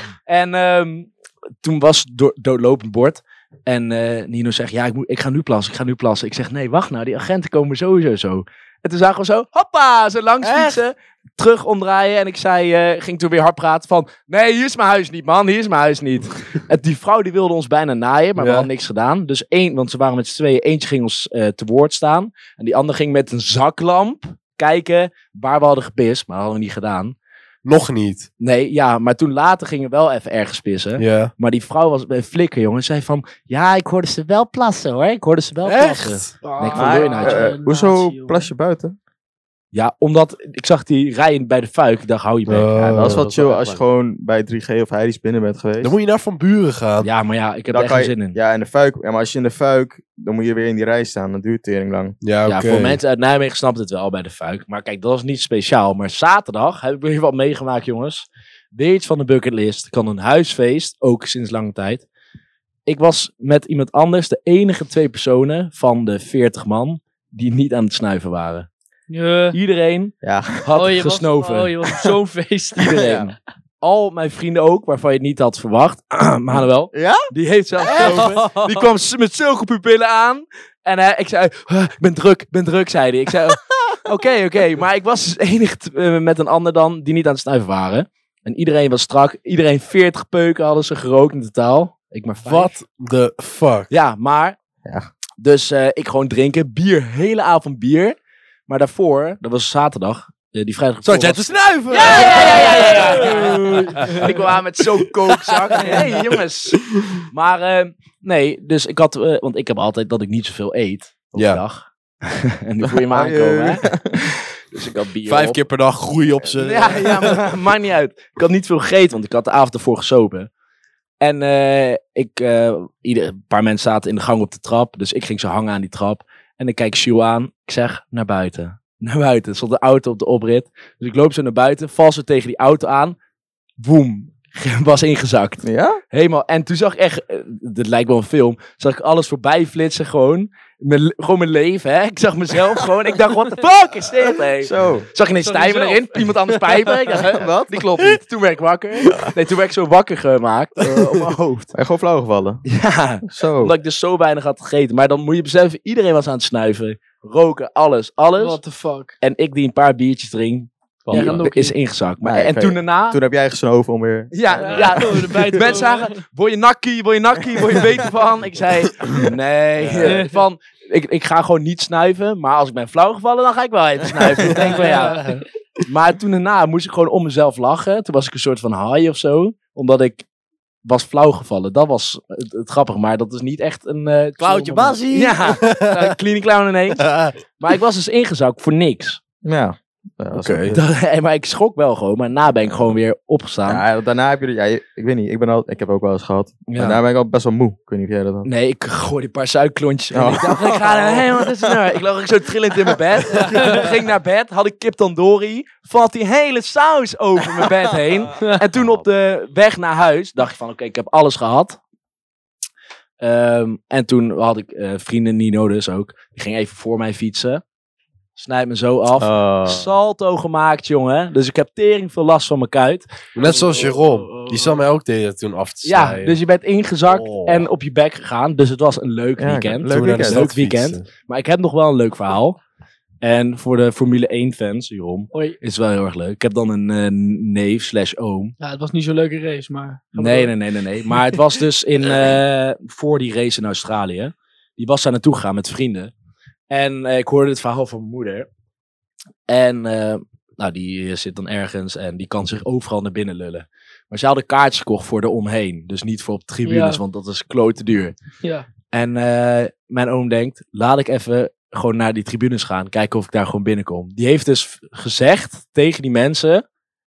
Speaker 3: En ehm, toen was do- doodlopend bord. En eh, Nino zegt, ja, ik, moet, ik ga nu plassen, ik ga nu plassen. Ik zeg, nee, wacht nou, die agenten komen sowieso zo. En toen zagen we zo, hoppa, zo langs fietsen. Terug omdraaien. En ik zei, eh, ging toen weer hard praten van, nee, hier is mijn huis niet, man. Hier is mijn huis niet. En die vrouw die wilde ons bijna naaien, maar we
Speaker 2: Ja.
Speaker 3: hadden niks gedaan. Dus één, want ze waren met z'n tweeën. Eentje ging ons eh, te woord staan. En die ander ging met een zaklamp kijken waar we hadden gepist. Maar dat hadden we niet gedaan.
Speaker 2: Nog niet.
Speaker 3: Nee, ja, maar toen later gingen we wel even ergens pissen.
Speaker 2: Ja.
Speaker 3: Maar die vrouw was een flikker, jongen. Zei van, ja, ik hoorde ze wel plassen, hoor. Ik hoorde ze wel plassen.
Speaker 2: Echt?
Speaker 5: Ah,
Speaker 3: Nee, ik vond wil je nou,
Speaker 4: Eh,
Speaker 5: eh,
Speaker 4: eh, hoezo
Speaker 5: nazi, joh.
Speaker 4: plas je buiten?
Speaker 3: Ja, omdat ik zag die rijen bij de fuik. Ik dacht, hou je bek.
Speaker 2: Oh.
Speaker 4: Ja, dat is
Speaker 1: dat
Speaker 4: wel
Speaker 1: is
Speaker 4: chill
Speaker 1: wel
Speaker 4: als je
Speaker 1: echt
Speaker 4: gewoon bij drie G of Heidi's binnen bent geweest.
Speaker 2: Dan moet je naar Van Buren gaan.
Speaker 3: Ja, maar ja, ik heb
Speaker 4: Dan
Speaker 3: er echt
Speaker 4: kan
Speaker 3: geen
Speaker 4: je-
Speaker 3: zin in.
Speaker 4: Ja, in de fuik. Ja, maar als je in de fuik, dan moet je weer in die rij staan. Dat duurt tering lang.
Speaker 2: Ja, oké.
Speaker 3: Ja, voor mensen uit Nijmegen snapt het wel bij de fuik. Maar kijk, dat was niet speciaal. Maar zaterdag heb ik weer wat meegemaakt, jongens. Weer iets van de bucketlist. Ik had een huisfeest, ook sinds lange tijd. Ik was met iemand anders de enige twee personen van de veertig man die niet aan het snuiven waren.
Speaker 5: Ja.
Speaker 3: Iedereen
Speaker 4: Ja.
Speaker 3: had
Speaker 5: Oh, je was-
Speaker 3: gesnoven.
Speaker 5: oh, je was op zo'n feest.
Speaker 3: Iedereen. Al mijn vrienden ook, waarvan je het niet had verwacht. Manuel.
Speaker 4: Ja?
Speaker 3: Die heeft zelf gesnoven. Die kwam s- met zulke pupillen aan. En eh, ik zei, "Huh, ik ben druk, ik ben druk, zei hij. Ik zei, oké, oké. Maar ik was dus de enige t- eh, met een ander dan die niet aan het snuiven waren. En iedereen was strak. Iedereen veertig peuken hadden ze gerookt in totaal. Ik maar vijf.
Speaker 2: What the fuck?
Speaker 3: Ja, maar...
Speaker 4: Ja.
Speaker 3: Dus eh, ik gewoon drinken. Bier, hele avond bier. Maar daarvoor, dat was zaterdag. eh, die vrijdag...
Speaker 2: Zat jij
Speaker 3: was-
Speaker 2: te snuiven?
Speaker 3: ja, ja, ja, ja, ja, ja. En ik kwam aan met zo'n kookzak. Hé, hey, jongens. Maar eh, nee, dus ik had... eh, want ik heb altijd dat ik niet zoveel eet op
Speaker 2: Ja.
Speaker 3: de dag. En nu voel je me aankomen, hè. Dus ik had bier
Speaker 2: Vijf
Speaker 3: op.
Speaker 2: keer per dag groei op ze.
Speaker 3: Ja, ja, maar maakt niet uit. Ik had niet veel gegeten, want ik had de avond ervoor gesopen. En eh, ik, eh, ieder, een paar mensen zaten in de gang op de trap. Dus ik ging zo hangen aan die trap. En ik kijk Sjoe aan. Ik zeg, naar buiten. Naar buiten. Er stond een auto op de oprit. Dus ik loop zo naar buiten. Val zo tegen die auto aan. Boem. Was ingezakt.
Speaker 4: Ja?
Speaker 3: Helemaal. En toen zag ik echt, eh, dit lijkt wel een film. Zag ik alles voorbij flitsen gewoon. Mijn, le- gewoon mijn leven, hè. Ik zag mezelf gewoon. Ik dacht, what the fuck is dit, hè?
Speaker 4: Zo.
Speaker 3: Zag je ineens
Speaker 5: Zag
Speaker 3: Stijven
Speaker 5: jezelf.
Speaker 3: erin, iemand anders pijpen. Ik dacht, hè,
Speaker 4: Wat?
Speaker 3: die klopt niet. Toen werd ik wakker. Nee, toen werd ik zo wakker gemaakt eh, op mijn hoofd.
Speaker 4: Ben je gewoon flauw gevallen?
Speaker 3: Ja,
Speaker 4: Zo.
Speaker 3: omdat ik dus zo weinig had gegeten. Maar dan moet je beseffen, iedereen was aan het snuiven. Roken, alles, alles.
Speaker 5: What the fuck.
Speaker 3: En ik die een paar biertjes drink,
Speaker 5: Ja,
Speaker 3: die
Speaker 5: dan ook
Speaker 3: is
Speaker 5: niet.
Speaker 3: ingezakt. Maar,
Speaker 4: Nee,
Speaker 3: en
Speaker 4: oké.
Speaker 3: toen daarna...
Speaker 4: Toen heb jij gesnoven om weer...
Speaker 3: Ja,
Speaker 5: Ja,
Speaker 3: ja.
Speaker 5: oh, erbij te
Speaker 3: Mensen
Speaker 5: komen.
Speaker 3: zagen, word je nakkie, word je nakkie, word je beter van? Ik zei, nee.
Speaker 5: Nee.
Speaker 3: Van, ik, ik ga gewoon niet snuiven. Maar als ik ben flauw gevallen, dan ga ik wel even snuiven. Ik denk van ja. Maar toen daarna moest ik gewoon om mezelf lachen. Toen was ik een soort van high of zo. Omdat ik was flauw gevallen. Dat was het, het grappige. Maar dat is niet echt een... Uh,
Speaker 2: Clownje Basie.
Speaker 3: Ja, nou, clean clown ineens. Maar ik was dus ingezakt voor niks.
Speaker 4: Ja. Ja,
Speaker 2: Oké.
Speaker 4: okay.
Speaker 3: Dat, maar ik schrok wel gewoon. Maar daarna ben ik gewoon weer opgestaan.
Speaker 4: Ja, daarna heb je... Ja, ik weet niet. Ik, ben al, ik heb ook wel eens gehad.
Speaker 3: Ja.
Speaker 4: Maar daarna ben ik al best wel moe. Ik weet niet of jij dat had.
Speaker 3: Nee, ik gooide een paar suikerklontjes. En
Speaker 4: Oh.
Speaker 3: ik dacht, ik ga er helemaal tussenuit. Ik lag ook zo trillend in mijn bed. Ging naar bed, had ik kip tandoori. Valt die hele saus over mijn bed heen. En toen op de weg naar huis dacht ik van, oké, okay, ik heb alles gehad. Um, en toen had ik uh, vrienden, Nino dus ook. Die ging even voor mij fietsen. Snijdt me zo af.
Speaker 4: Oh.
Speaker 3: Salto gemaakt, jongen. Dus ik heb tering veel last van mijn kuit.
Speaker 2: Net zoals Jeroen. Die zat mij ook de toen af te
Speaker 3: Ja,
Speaker 2: snijden.
Speaker 3: dus je bent ingezakt
Speaker 2: Oh.
Speaker 3: en op je bek gegaan. Dus het was een leuk
Speaker 4: Ja,
Speaker 3: weekend.
Speaker 4: leuk
Speaker 2: Toen we naar de
Speaker 4: weekend.
Speaker 2: stad
Speaker 3: Leuk weekend.
Speaker 2: fietsten.
Speaker 3: Maar ik heb nog wel een leuk verhaal. En voor de Formule één fans, Jeroen,
Speaker 5: Hoi.
Speaker 3: is het wel heel erg leuk. Ik heb dan een uh, neef slash oom.
Speaker 5: Ja, het was niet zo'n leuke race, maar...
Speaker 3: Nee, nee, nee, nee, nee. Maar het was dus in, uh, voor die race in Australië. Die was daar naartoe gegaan met vrienden. En uh, ik hoorde het verhaal van mijn moeder. En uh, nou, die zit dan ergens en die kan zich overal naar binnen lullen. Maar ze hadden kaartjes gekocht voor de omheen. Dus niet voor op de tribunes,
Speaker 5: Ja.
Speaker 3: want dat is klote duur.
Speaker 5: Ja.
Speaker 3: En uh, mijn oom denkt, laat ik even gewoon naar die tribunes gaan. Kijken of ik daar gewoon binnenkom. Die heeft dus gezegd tegen die mensen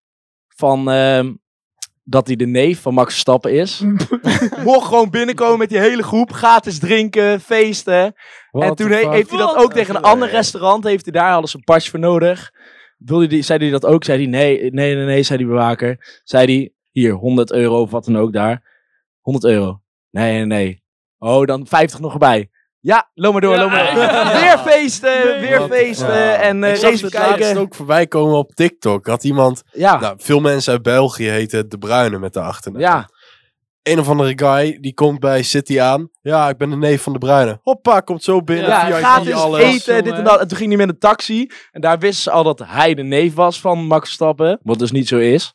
Speaker 3: van uh, dat hij de neef van Max Verstappen is. Mocht gewoon binnenkomen met die hele groep. Gratis drinken, feesten.
Speaker 2: What
Speaker 3: en toen
Speaker 2: the
Speaker 3: he-
Speaker 2: fuck?
Speaker 3: heeft hij dat ook tegen een ander restaurant. Heeft hij daar alles een pasje voor nodig. Wilde die, zei hij dat ook? Zei hij nee, nee, nee, nee, zei die bewaker. Zei hij, hier, honderd euro of wat dan ook daar. honderd euro. Nee, nee, nee. Oh, dan vijftig nog erbij. Ja, loop maar door,
Speaker 5: Ja.
Speaker 3: loop maar door. Weer feesten, weer
Speaker 2: What the
Speaker 3: feesten.
Speaker 2: fuck?
Speaker 3: En uh,
Speaker 2: ik zag
Speaker 3: race
Speaker 2: het laatst
Speaker 3: kijken.
Speaker 2: ook voorbij komen op TikTok. Had iemand,
Speaker 3: Ja,
Speaker 2: nou, veel mensen uit België heten De Bruyne met de achternaam.
Speaker 3: ja.
Speaker 2: Een of andere guy, die komt bij City aan. Ja, ik ben de neef van De Bruyne. Hoppa, komt zo binnen.
Speaker 3: Ja,
Speaker 2: V I P,
Speaker 3: gratis
Speaker 2: alles.
Speaker 3: eten, dit
Speaker 5: jongen.
Speaker 3: en dat. En toen ging hij met een taxi. En daar wisten ze al dat hij de neef was van Max Verstappen. Wat dus niet zo is.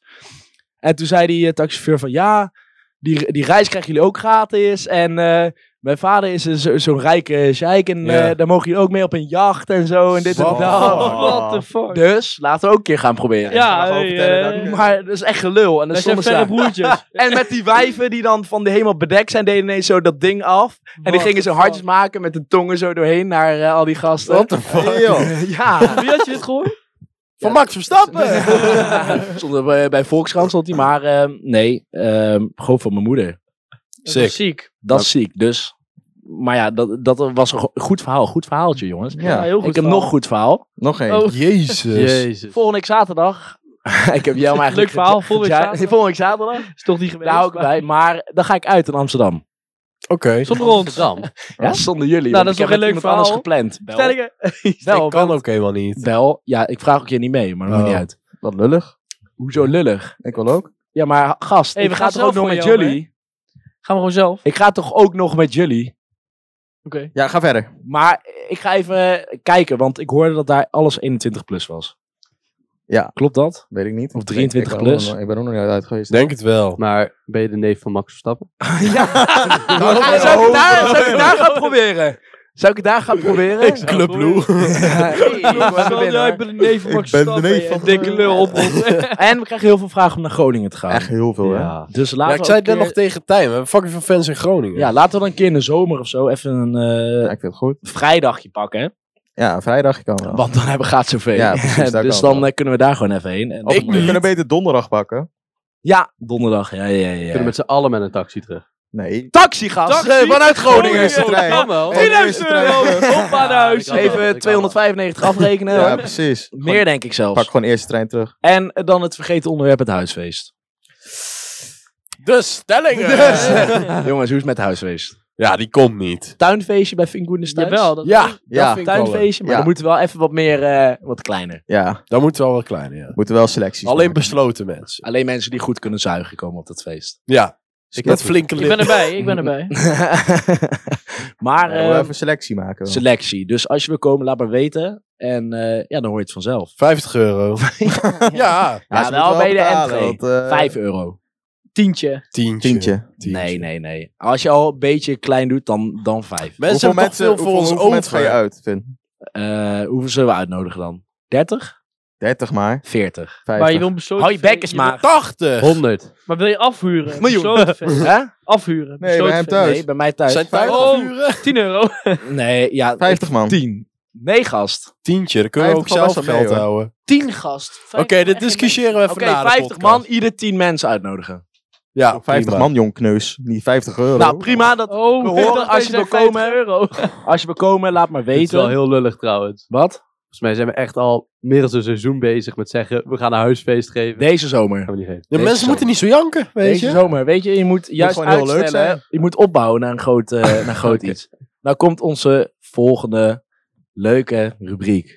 Speaker 3: En toen zei die uh, taxichauffeur van... Ja, die, die reis krijgen jullie ook gratis. En uh, mijn vader is een zo- zo'n rijke sheik. En uh,
Speaker 2: Ja.
Speaker 3: daar mogen jullie ook mee op een jacht en zo. En dit en
Speaker 2: Wat?
Speaker 3: dat.
Speaker 2: Oh.
Speaker 5: What the fuck?
Speaker 3: Dus, laten we ook een keer gaan proberen.
Speaker 5: Ja,
Speaker 4: mag
Speaker 5: hey,
Speaker 4: ook vertellen
Speaker 5: eh,
Speaker 4: dat ik-
Speaker 3: Maar dat is echt gelul. En dan
Speaker 5: wij zijn
Speaker 3: stonden ze
Speaker 5: verre
Speaker 3: daar.
Speaker 5: broertjes.
Speaker 3: En met die wijven die dan van de helemaal bedekt zijn, deden ineens zo dat ding af. En die
Speaker 5: What
Speaker 3: gingen
Speaker 5: the
Speaker 3: zo
Speaker 5: fuck?
Speaker 3: hartjes maken met de tongen zo doorheen naar uh, al die gasten.
Speaker 2: What the fuck?
Speaker 4: Hey, joh.
Speaker 3: Ja.
Speaker 5: Wie had je dit gehoord?
Speaker 2: Van Max Verstappen.
Speaker 3: Stond er bij, bij Volkskrant stond hij, maar uh, nee, uh, gewoon van mijn moeder.
Speaker 5: Dat
Speaker 2: Sick.
Speaker 5: was ziek.
Speaker 3: Dat is ziek, dus. Maar ja, dat, dat was een go- goed verhaal. Goed verhaaltje, jongens.
Speaker 4: Ja,
Speaker 5: heel goed.
Speaker 3: Ik heb
Speaker 5: verhaal.
Speaker 3: nog een goed verhaal.
Speaker 4: nog één.
Speaker 5: Oh,
Speaker 2: Jezus.
Speaker 1: Jezus.
Speaker 3: Volgende week zaterdag. ik heb jou maar eigenlijk...
Speaker 5: Leuk verhaal, volgende week
Speaker 3: Ja,
Speaker 5: zaterdag.
Speaker 3: volgende week zaterdag.
Speaker 5: is toch niet geweest.
Speaker 3: Daar hou ik
Speaker 5: maar-
Speaker 3: bij. Maar dan ga ik uit in Amsterdam.
Speaker 2: Oké.
Speaker 5: Zonder ons.
Speaker 1: Amsterdam.
Speaker 3: Ja, zonder jullie.
Speaker 5: Nou,
Speaker 3: want
Speaker 5: dat is
Speaker 3: ik
Speaker 5: toch
Speaker 3: heb
Speaker 5: geen
Speaker 3: met
Speaker 5: leuk
Speaker 3: iemand anders
Speaker 5: verhaal?
Speaker 3: gepland. Bel.
Speaker 5: Stellingen.
Speaker 3: Bel,
Speaker 2: Ik kan
Speaker 3: bel.
Speaker 2: ook helemaal niet.
Speaker 3: Bel. Ja, ik vraag ook je niet mee, maar dat maakt
Speaker 2: Oh.
Speaker 3: niet uit.
Speaker 4: Wat lullig.
Speaker 3: Hoezo lullig?
Speaker 4: Ik wil ook.
Speaker 3: Ja, maar gast,
Speaker 5: Hey,
Speaker 3: ik
Speaker 5: we
Speaker 3: ga
Speaker 5: gaan
Speaker 3: toch ook
Speaker 5: zelf
Speaker 3: nog
Speaker 5: voor
Speaker 3: met
Speaker 5: jou,
Speaker 3: jullie?
Speaker 5: Gaan we gewoon zelf.
Speaker 3: Ik ga toch ook nog met jullie?
Speaker 5: Oké.
Speaker 4: Ja, ga verder.
Speaker 3: Maar ik ga even kijken, want ik hoorde dat daar alles eenentwintig plus was.
Speaker 4: Ja.
Speaker 3: Klopt dat?
Speaker 4: Weet ik niet.
Speaker 3: Of drieëntwintig
Speaker 4: ik, ik ben
Speaker 3: plus.
Speaker 4: er nog- Ik ben er nog niet uit geweest.
Speaker 2: Denk het wel.
Speaker 1: Maar ben je de neef van Max Verstappen?
Speaker 3: Ja. Zou ik het daar, zou ik het daar gaan proberen? Zou ik het daar gaan proberen?
Speaker 2: Club Blue.
Speaker 3: Hey, ik wou even
Speaker 5: Stel,
Speaker 3: winnen,
Speaker 5: ja,
Speaker 3: hoor.
Speaker 5: ik ben de neef van Max
Speaker 4: Ik ben de
Speaker 5: Verstappen.
Speaker 4: neef
Speaker 5: en
Speaker 4: van-
Speaker 5: dikke lul op ons.
Speaker 3: En we krijgen heel veel vragen om naar Groningen te gaan.
Speaker 4: Echt heel veel, hè?
Speaker 1: Ja.
Speaker 3: Dus
Speaker 2: Ja,
Speaker 3: laten
Speaker 2: ik
Speaker 3: we
Speaker 2: zei
Speaker 3: ook
Speaker 2: het net
Speaker 3: een
Speaker 2: nog tegen Tijm. We hebben fucking veel fans in Groningen.
Speaker 3: keer- Ja, laten we dan een keer in de zomer of zo even een eh,
Speaker 4: Ja, ik vind het goed.
Speaker 3: vrijdagje pakken. Hè?
Speaker 4: Ja, vrijdag kan wel.
Speaker 3: Want dan hebben we gaat zoveel.
Speaker 4: Ja, precies, daar
Speaker 3: dus
Speaker 4: kan
Speaker 3: dan
Speaker 4: wel.
Speaker 3: eh, kunnen we daar gewoon even heen. En
Speaker 4: Of
Speaker 2: Ik
Speaker 4: we
Speaker 2: niet.
Speaker 4: kunnen beter donderdag pakken.
Speaker 3: Ja, donderdag. Ja, ja, ja.
Speaker 1: We kunnen met z'n allen met een taxi terug.
Speaker 4: Nee.
Speaker 3: Taxigast
Speaker 5: Taxi?
Speaker 3: eh, vanuit Groningen.
Speaker 4: Eerste trein.
Speaker 1: Kan wel.
Speaker 5: tweeduizend euro. Hoppa naar huis.
Speaker 1: Ja, ik kan wel.
Speaker 3: Even tweehonderdvijfennegentig afrekenen.
Speaker 4: Ja,
Speaker 3: hoor.
Speaker 4: precies.
Speaker 3: Meer denk ik zelfs.
Speaker 4: Pak gewoon eerste trein terug.
Speaker 3: En eh, dan het vergeten onderwerp, het huisfeest.
Speaker 2: De stellingen.
Speaker 3: Dus, jongens, hoe is het met het huisfeest?
Speaker 2: Ja, die komt niet.
Speaker 3: Tuinfeestje bij Vinkoenens thuis?
Speaker 5: Jawel. Dat
Speaker 2: Ja,
Speaker 4: Ja,
Speaker 2: dat vind ik wel leuk.
Speaker 3: Tuinfeestje, maar
Speaker 4: Ja.
Speaker 3: dan moeten we wel even wat meer, eh, wat kleiner.
Speaker 4: Ja,
Speaker 2: Dan moeten we wel wat kleiner, ja.
Speaker 4: moeten wel selecties
Speaker 2: Alleen
Speaker 4: maken.
Speaker 2: besloten mensen.
Speaker 3: Alleen mensen die goed kunnen zuigen komen op dat feest.
Speaker 2: Ja,
Speaker 4: Ik
Speaker 2: met flinke
Speaker 5: Ik ben
Speaker 2: lippen.
Speaker 5: erbij. Ik ben erbij.
Speaker 3: maar
Speaker 4: Ja, we moeten
Speaker 3: eh,
Speaker 4: even selectie maken.
Speaker 3: selectie. Dus als je wil komen, laat maar weten. En eh, ja, dan hoor je het vanzelf.
Speaker 2: vijftig euro. ja.
Speaker 3: Ja,
Speaker 4: ze
Speaker 3: wel
Speaker 4: moeten
Speaker 3: bij de
Speaker 4: betalen,
Speaker 3: entree.
Speaker 4: want, eh,
Speaker 3: Vijf euro.
Speaker 5: Tientje.
Speaker 2: Tientje.
Speaker 4: Tientje.
Speaker 3: Nee, nee, nee. Als je al een beetje klein doet, dan, dan vijf.
Speaker 2: Mensen
Speaker 4: Hoeveel
Speaker 2: hebben toch
Speaker 4: mensen,
Speaker 2: veel voor
Speaker 4: hoeveel,
Speaker 2: ons
Speaker 4: hoeveel mensen ga je
Speaker 2: over.
Speaker 4: uit, Vin?
Speaker 3: Uh, hoeveel zullen we uitnodigen dan? dertig?
Speaker 4: dertig maar.
Speaker 3: veertig.
Speaker 5: Maar je
Speaker 4: vijftig.
Speaker 5: wil besloten...
Speaker 3: Hou je bek eens maar.
Speaker 2: tachtig.
Speaker 1: honderd.
Speaker 5: Maar wil je afhuren?
Speaker 3: Miljoen.
Speaker 5: Besloten fan.
Speaker 3: Hè?
Speaker 5: Afhuren.
Speaker 4: Nee, bij hem
Speaker 5: besloten
Speaker 4: thuis.
Speaker 3: Nee, bij mij thuis.
Speaker 2: Zijn
Speaker 4: Vijftig.
Speaker 2: thuis
Speaker 5: Oh.
Speaker 2: uren?
Speaker 5: tien euro.
Speaker 3: Nee, ja.
Speaker 4: vijftig man.
Speaker 3: tien. Nee, gast.
Speaker 2: Tientje, dan kunnen we ook
Speaker 4: vijftig valt
Speaker 2: zelf
Speaker 4: best wel
Speaker 2: geld
Speaker 4: mee, hoor.
Speaker 2: houden.
Speaker 5: tien gast.
Speaker 2: Oké, dit discussiëren we even
Speaker 3: Oké,
Speaker 2: na de
Speaker 3: vijftig
Speaker 2: podcast.
Speaker 3: man, ieder tien mensen uitnodigen.
Speaker 2: Ja,
Speaker 4: vijftig
Speaker 2: prima.
Speaker 4: man, jong kneus. Niet vijftig euro.
Speaker 3: Nou, prima. Dat,
Speaker 5: Oh,
Speaker 3: We horen als je wil komen.
Speaker 5: euro.
Speaker 3: als je wil komen, laat maar
Speaker 1: Het is wel
Speaker 3: weten.
Speaker 1: heel lullig trouwens.
Speaker 3: Wat?
Speaker 1: Volgens mij zijn we echt al meer dan een seizoen bezig met zeggen, we gaan een huisfeest geven.
Speaker 3: Deze zomer.
Speaker 1: gaan we niet geven.
Speaker 2: De
Speaker 3: Deze
Speaker 2: mensen
Speaker 3: zomer.
Speaker 2: moeten niet zo janken, weet
Speaker 3: Deze
Speaker 2: je.
Speaker 3: zomer. Weet je, je moet juist
Speaker 4: gewoon heel leuk
Speaker 3: uitstellen.
Speaker 4: zijn.
Speaker 3: Je moet opbouwen naar een groot, eh, naar groot
Speaker 1: Oké.
Speaker 3: iets. Nou komt onze volgende leuke rubriek.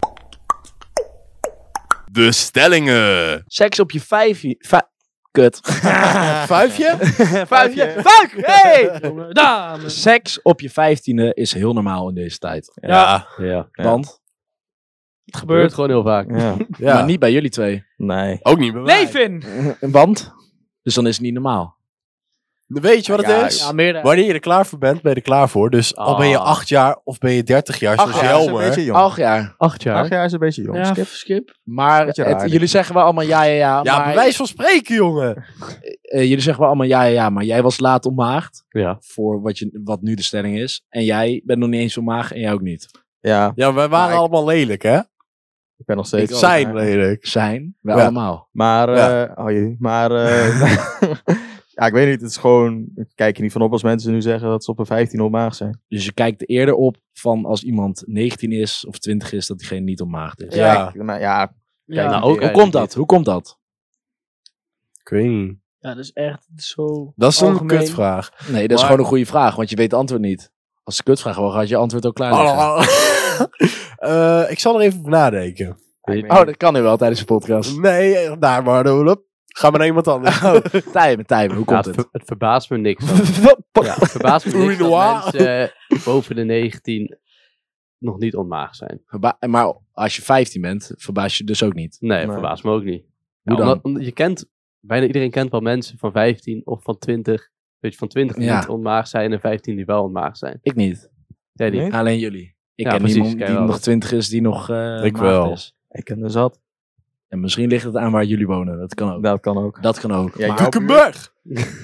Speaker 2: De stellingen.
Speaker 3: Seks op je vijfje... Vij- Kut.
Speaker 2: Vijfje?
Speaker 3: Vijfje. Fuck! Hey!
Speaker 5: Jongen, dame.
Speaker 3: Seks op je vijftiende is heel normaal in deze tijd.
Speaker 2: Ja.
Speaker 1: Ja,
Speaker 4: Ja.
Speaker 3: Want,
Speaker 5: Het
Speaker 1: het gebeurt
Speaker 5: gebeurt.
Speaker 1: gewoon heel vaak.
Speaker 4: Ja.
Speaker 2: ja.
Speaker 3: maar niet bij jullie twee.
Speaker 4: Nee.
Speaker 2: Ook niet bij mij.
Speaker 5: Nee, Vin.
Speaker 3: Want? Dus dan is het niet normaal.
Speaker 2: Weet je wat
Speaker 4: Ja,
Speaker 2: het is?
Speaker 5: Ja, meerdere.
Speaker 2: Wanneer je er klaar voor bent, ben je er klaar voor. Dus al ben je
Speaker 1: Ah.
Speaker 2: acht jaar of ben je dertig jaar,
Speaker 3: Acht
Speaker 2: zoals
Speaker 3: jaar
Speaker 4: is een
Speaker 2: Jelmer.
Speaker 4: beetje jong.
Speaker 3: Acht jaar.
Speaker 1: Acht jaar.
Speaker 4: Acht jaar is een beetje jong.
Speaker 5: Ja,
Speaker 4: Skip.
Speaker 5: skip.
Speaker 3: Maar
Speaker 4: Beetje
Speaker 3: het-
Speaker 4: raar, dit.
Speaker 3: jullie zeggen wel allemaal ja, ja, ja.
Speaker 2: Ja,
Speaker 3: maar,
Speaker 2: bewijs van spreken, jongen.
Speaker 3: eh, jullie zeggen wel allemaal ja, ja, ja. Maar jij was laat ontmaagd.
Speaker 1: Ja.
Speaker 3: Voor wat, je, wat nu de stelling is. En jij bent nog niet eens ontmaagd en jij ook niet.
Speaker 4: Ja,
Speaker 2: Ja, wij waren
Speaker 4: Maar ik-
Speaker 2: allemaal lelijk, hè?
Speaker 4: ik ben nog steeds...
Speaker 2: Zijn
Speaker 4: maar-
Speaker 2: lelijk.
Speaker 3: Zijn. Wij
Speaker 2: Ja.
Speaker 3: allemaal.
Speaker 4: Maar,
Speaker 2: Ja.
Speaker 4: eh, oh jee, maar, eh, ja, ik weet niet, het is gewoon, ik kijk er niet van op als mensen nu zeggen dat ze op een vijftien op maag zijn.
Speaker 3: Dus je kijkt er eerder op van als iemand negentien is of twintig is, dat diegene niet ontmaagd is.
Speaker 2: Ja.
Speaker 4: Kijk, maar ja,
Speaker 5: Ja,
Speaker 1: nou,
Speaker 3: Hoe,
Speaker 1: ook
Speaker 3: hoe komt dat? Hoe komt dat?
Speaker 2: Ik weet niet.
Speaker 5: ja, dat is echt zo
Speaker 2: Dat is een
Speaker 5: algemeen.
Speaker 2: kutvraag.
Speaker 3: Nee, dat is
Speaker 2: Maar-
Speaker 3: gewoon een goede vraag, want je weet het antwoord niet. Als de kutvraag was, had je antwoord ook klaar liggen.
Speaker 2: Eh, ik zal er even over nadenken.
Speaker 4: ik weet
Speaker 3: Oh,
Speaker 4: niet.
Speaker 3: dat kan nu wel tijdens de podcast.
Speaker 2: Nee, eh, daar maar. Hup. Ga maar naar iemand anders.
Speaker 3: Tijmen, Tijmen, hoe
Speaker 1: Ja,
Speaker 3: komt
Speaker 1: het,
Speaker 3: het?
Speaker 1: ver- het verbaast me niks. Ja, het verbaast me niks dat
Speaker 2: Oei,
Speaker 1: mensen boven de negentien nog niet ontmaagd zijn.
Speaker 3: Verba- maar als je vijftien bent, verbaas je dus ook niet.
Speaker 1: Nee, dat
Speaker 4: Nee.
Speaker 1: verbaast me ook niet.
Speaker 3: Hoe
Speaker 1: Ja,
Speaker 3: dan?
Speaker 1: omdat- omdat je kent, bijna iedereen kent wel mensen van vijftien of van twintig. Weet je, van twintig die
Speaker 3: Ja.
Speaker 1: niet ontmaagd zijn en vijftien die wel ontmaagd zijn.
Speaker 3: Ik niet.
Speaker 1: Jij niet?
Speaker 4: Nee?
Speaker 3: Alleen jullie. Ik
Speaker 1: Ja,
Speaker 3: ken
Speaker 1: precies,
Speaker 3: niemand
Speaker 1: ken
Speaker 3: die
Speaker 1: je wel.
Speaker 3: nog twintig is, die nog eh
Speaker 2: Ik
Speaker 3: maagd
Speaker 2: wel.
Speaker 3: is.
Speaker 4: Ik ken er zat.
Speaker 3: En misschien ligt het aan waar jullie wonen. Dat kan ook.
Speaker 4: Dat kan ook.
Speaker 3: Dat kan ook.
Speaker 4: Ja,
Speaker 3: Maar-
Speaker 4: jouw
Speaker 2: Kukenburg.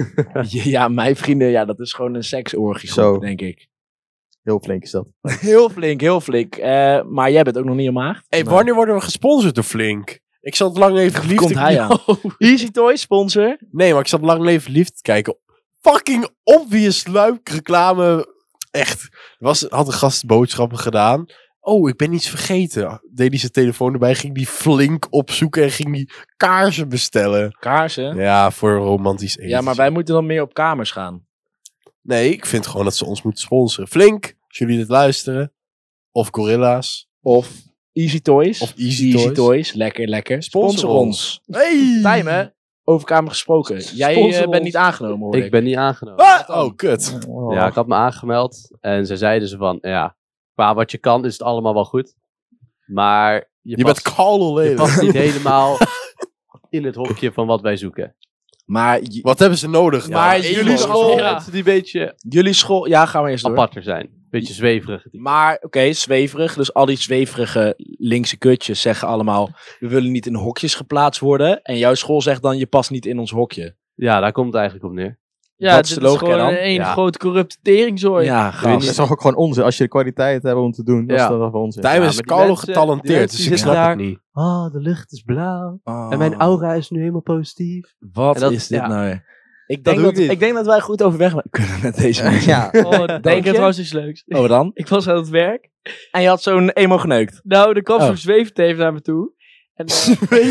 Speaker 3: ja, mijn vrienden, ja, dat is gewoon een seksorgie,
Speaker 4: Zo.
Speaker 3: denk ik.
Speaker 4: Heel flink is dat.
Speaker 3: Heel flink, heel flink. Eh, maar jij bent ook nog niet ontmaagd.
Speaker 2: Hey,
Speaker 4: Nee.
Speaker 2: wanneer worden we gesponsord door Flink? Ik zat lang even lief
Speaker 3: Komt
Speaker 2: te
Speaker 3: hij aan. Easy Toys, sponsor.
Speaker 2: Nee, maar ik zat lang leven lief te kijken. Fucking obvious luik reclame. Echt. Er was, had een gast boodschappen gedaan. Oh, ik ben iets vergeten. Deed hij zijn telefoon erbij, ging die Flink opzoeken en ging die kaarsen bestellen.
Speaker 3: Kaarsen.
Speaker 2: Ja, voor een romantisch eten.
Speaker 3: Ja, maar wij moeten dan meer op kamers gaan.
Speaker 2: Nee, ik vind gewoon dat ze ons moeten sponsoren. Flink, als jullie dit luisteren. Of Gorilla's.
Speaker 3: Of Easy Toys.
Speaker 2: Of Easy Toys.
Speaker 3: Lekker, lekker.
Speaker 2: Sponsor
Speaker 3: Sponsor
Speaker 2: ons.
Speaker 3: ons.
Speaker 2: Hey!
Speaker 3: Tijmen, over kamer gesproken. Jij
Speaker 5: Sponsor
Speaker 3: eh, bent
Speaker 5: ons.
Speaker 3: niet aangenomen, hoor ik.
Speaker 1: Ik ben niet aangenomen.
Speaker 2: Ah, oh, kut.
Speaker 4: Oh.
Speaker 1: Ja, ik had me aangemeld en ze zeiden ze van, ja, qua wat je kan is het allemaal wel goed. Maar je,
Speaker 2: Je
Speaker 1: past,
Speaker 2: bent koude
Speaker 1: je
Speaker 2: lelijk.
Speaker 1: past niet helemaal in het hokje van wat wij zoeken.
Speaker 3: Maar j-
Speaker 2: Wat hebben ze nodig?
Speaker 3: Maar
Speaker 2: dan?
Speaker 3: jullie
Speaker 2: Emo.
Speaker 3: school-
Speaker 5: Ja.
Speaker 1: Mensen die een beetje
Speaker 3: jullie school... Ja, gaan we eerst door.
Speaker 1: aparter zijn. Beetje zweverig.
Speaker 3: Maar, oké, zweverig. Dus al die zweverige linkse kutjes zeggen allemaal... We willen niet in hokjes geplaatst worden. En jouw school zegt dan, je past niet in ons hokje.
Speaker 1: Ja, daar komt het eigenlijk op neer.
Speaker 5: Ja,
Speaker 3: Dat is
Speaker 5: dit
Speaker 3: de
Speaker 5: is
Speaker 3: logica
Speaker 5: gewoon
Speaker 3: dan.
Speaker 5: een
Speaker 1: Ja.
Speaker 5: grote corrupte teringzooi.
Speaker 3: Ja,
Speaker 4: Dat
Speaker 3: gast.
Speaker 4: is toch ook gewoon onzin. Als je de kwaliteit hebt om te doen, dan
Speaker 1: Ja.
Speaker 4: is dat wel voor onzin.
Speaker 2: Tijmen
Speaker 1: Ja,
Speaker 2: is
Speaker 1: maar die
Speaker 2: koude
Speaker 1: mensen- die
Speaker 2: getalenteerd,
Speaker 1: mensen
Speaker 2: dus
Speaker 1: die
Speaker 2: ik
Speaker 1: zitten
Speaker 2: snap
Speaker 1: daar-
Speaker 2: het niet.
Speaker 1: Oh, de lucht is blauw.
Speaker 3: Oh.
Speaker 1: En mijn aura is nu helemaal positief.
Speaker 3: Wat
Speaker 1: En dat-
Speaker 3: is dit
Speaker 1: ja.
Speaker 3: nou? Ik
Speaker 1: Dat
Speaker 3: denk
Speaker 1: doe
Speaker 3: dat,
Speaker 1: ik niet.
Speaker 3: ik denk dat wij goed overweg kunnen met deze mensen.
Speaker 4: Ja.
Speaker 5: Oh, denk
Speaker 3: Denk
Speaker 5: ik
Speaker 3: je?
Speaker 5: trouwens iets leuks.
Speaker 3: Oh, wat dan?
Speaker 5: Ik was aan het werk.
Speaker 3: En je had zo'n emo geneukt.
Speaker 5: Nou, de kapper
Speaker 3: Oh.
Speaker 5: zweeft even naar me toe. En, eh,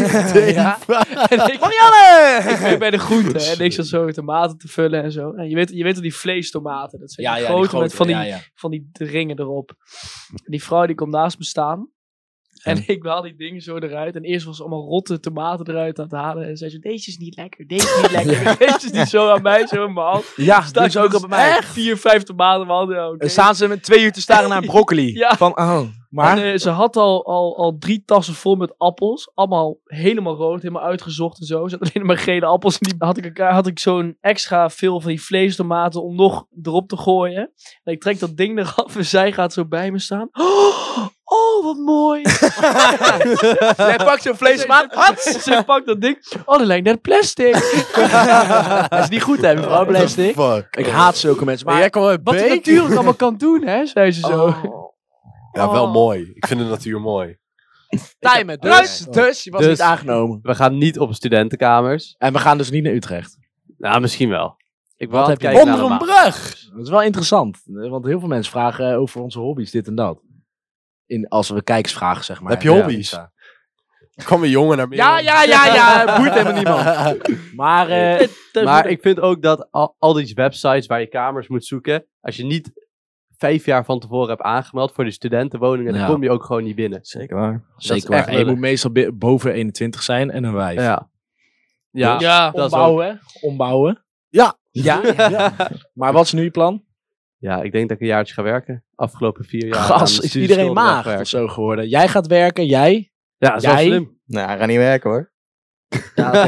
Speaker 3: Ja.
Speaker 5: en ik,
Speaker 3: Marianne!
Speaker 5: ik ben bij de groenten en ik zat zo tomaten te vullen en zo. En je weet, je weet wel die vleestomaten. Dat zijn
Speaker 3: Ja,
Speaker 5: die
Speaker 3: ja,
Speaker 5: grote
Speaker 3: die
Speaker 5: met van die,
Speaker 3: ja, ja.
Speaker 5: van die ringen erop. Die vrouw die komt naast me staan. En ik haal die dingen zo eruit. En eerst was ze allemaal rotte tomaten eruit aan het halen. En zei ze, deze is niet lekker, deze is niet lekker. Deze is niet zo aan mij, zo in mijn hand.
Speaker 3: Ja,
Speaker 5: Sta
Speaker 3: doen ze ook op mij.
Speaker 5: Echt? Vier, vijf tomaten in mijn handen. Ja, oké.
Speaker 3: Dan staan ze met twee uur te staren naar een broccoli.
Speaker 5: Ja.
Speaker 3: Van, oh. Maar
Speaker 5: En, eh, ze had al, al, al drie tassen vol met appels. Allemaal helemaal rood, helemaal uitgezocht en zo. Er zaten alleen maar gele appels. En die had ik, elkaar, had ik zo'n extra veel van die vleestomaten om nog erop te gooien. En ik trek dat ding eraf en zij gaat zo bij me staan. Oh, oh wat mooi.
Speaker 3: jij pakt zo'n vleesmaat.
Speaker 5: Ze, ze pakt dat ding. Oh, dat lijkt net plastic.
Speaker 3: Dat is niet goed, hè, mevrouw Plastic.
Speaker 2: Fuck.
Speaker 3: Ik haat zulke mensen.
Speaker 2: Maar
Speaker 3: Maar
Speaker 2: jij kwam uit
Speaker 5: Wat de
Speaker 2: Beek?
Speaker 5: natuur allemaal kan doen, hè, zei ze zo.
Speaker 3: Oh.
Speaker 2: Ja, wel
Speaker 5: Oh.
Speaker 2: mooi. Ik vind de natuur mooi.
Speaker 3: Timen. Dus, dus, je was
Speaker 1: Dus-
Speaker 3: niet aangenomen.
Speaker 1: We gaan niet op studentenkamers.
Speaker 3: En we gaan dus niet naar Utrecht.
Speaker 1: Nou, misschien wel. Ik wil
Speaker 3: Wat
Speaker 1: altijd
Speaker 3: heb je-
Speaker 1: kijken
Speaker 2: Onder
Speaker 1: naar
Speaker 2: een
Speaker 1: de maan.
Speaker 2: brug!
Speaker 3: Dat is wel interessant. eh, Want heel veel mensen vragen eh, over onze hobby's, dit en dat. In, als we kijkers vragen, zeg maar.
Speaker 2: Heb je
Speaker 3: Ja,
Speaker 2: hobby's?
Speaker 3: Insta.
Speaker 2: Er kwam een jongen naar me.
Speaker 3: Ja, ja, ja, ja. Boeit helemaal niemand. Maar eh,
Speaker 1: Maar ik vind ook dat al, al die websites waar je kamers moet zoeken, als je niet vijf jaar van tevoren hebt aangemeld voor de studentenwoningen,
Speaker 3: Ja.
Speaker 1: dan kom je ook gewoon niet binnen.
Speaker 4: Zeker waar.
Speaker 3: zeker
Speaker 1: is
Speaker 3: waar.
Speaker 1: echt
Speaker 3: En je
Speaker 1: lullig.
Speaker 3: moet meestal bi- boven eenentwintig zijn en een wijf.
Speaker 1: Ja. Ja,
Speaker 5: Ja,
Speaker 1: dat is
Speaker 3: Ombouwen, hè? Ombouwen.
Speaker 2: Ja.
Speaker 3: Ja, ja. Maar wat is nu je plan?
Speaker 1: ja, ik denk dat ik een jaartje ga werken. Afgelopen vier jaar. aan
Speaker 3: Gas,
Speaker 1: de
Speaker 3: is
Speaker 1: studieschulden
Speaker 3: iedereen maag
Speaker 1: wegwerken.
Speaker 3: of zo geworden? Jij gaat werken, jij?
Speaker 1: Ja, dat is wel
Speaker 3: Jij?
Speaker 1: slim.
Speaker 4: Nou, hij gaat niet werken hoor.
Speaker 3: Ja,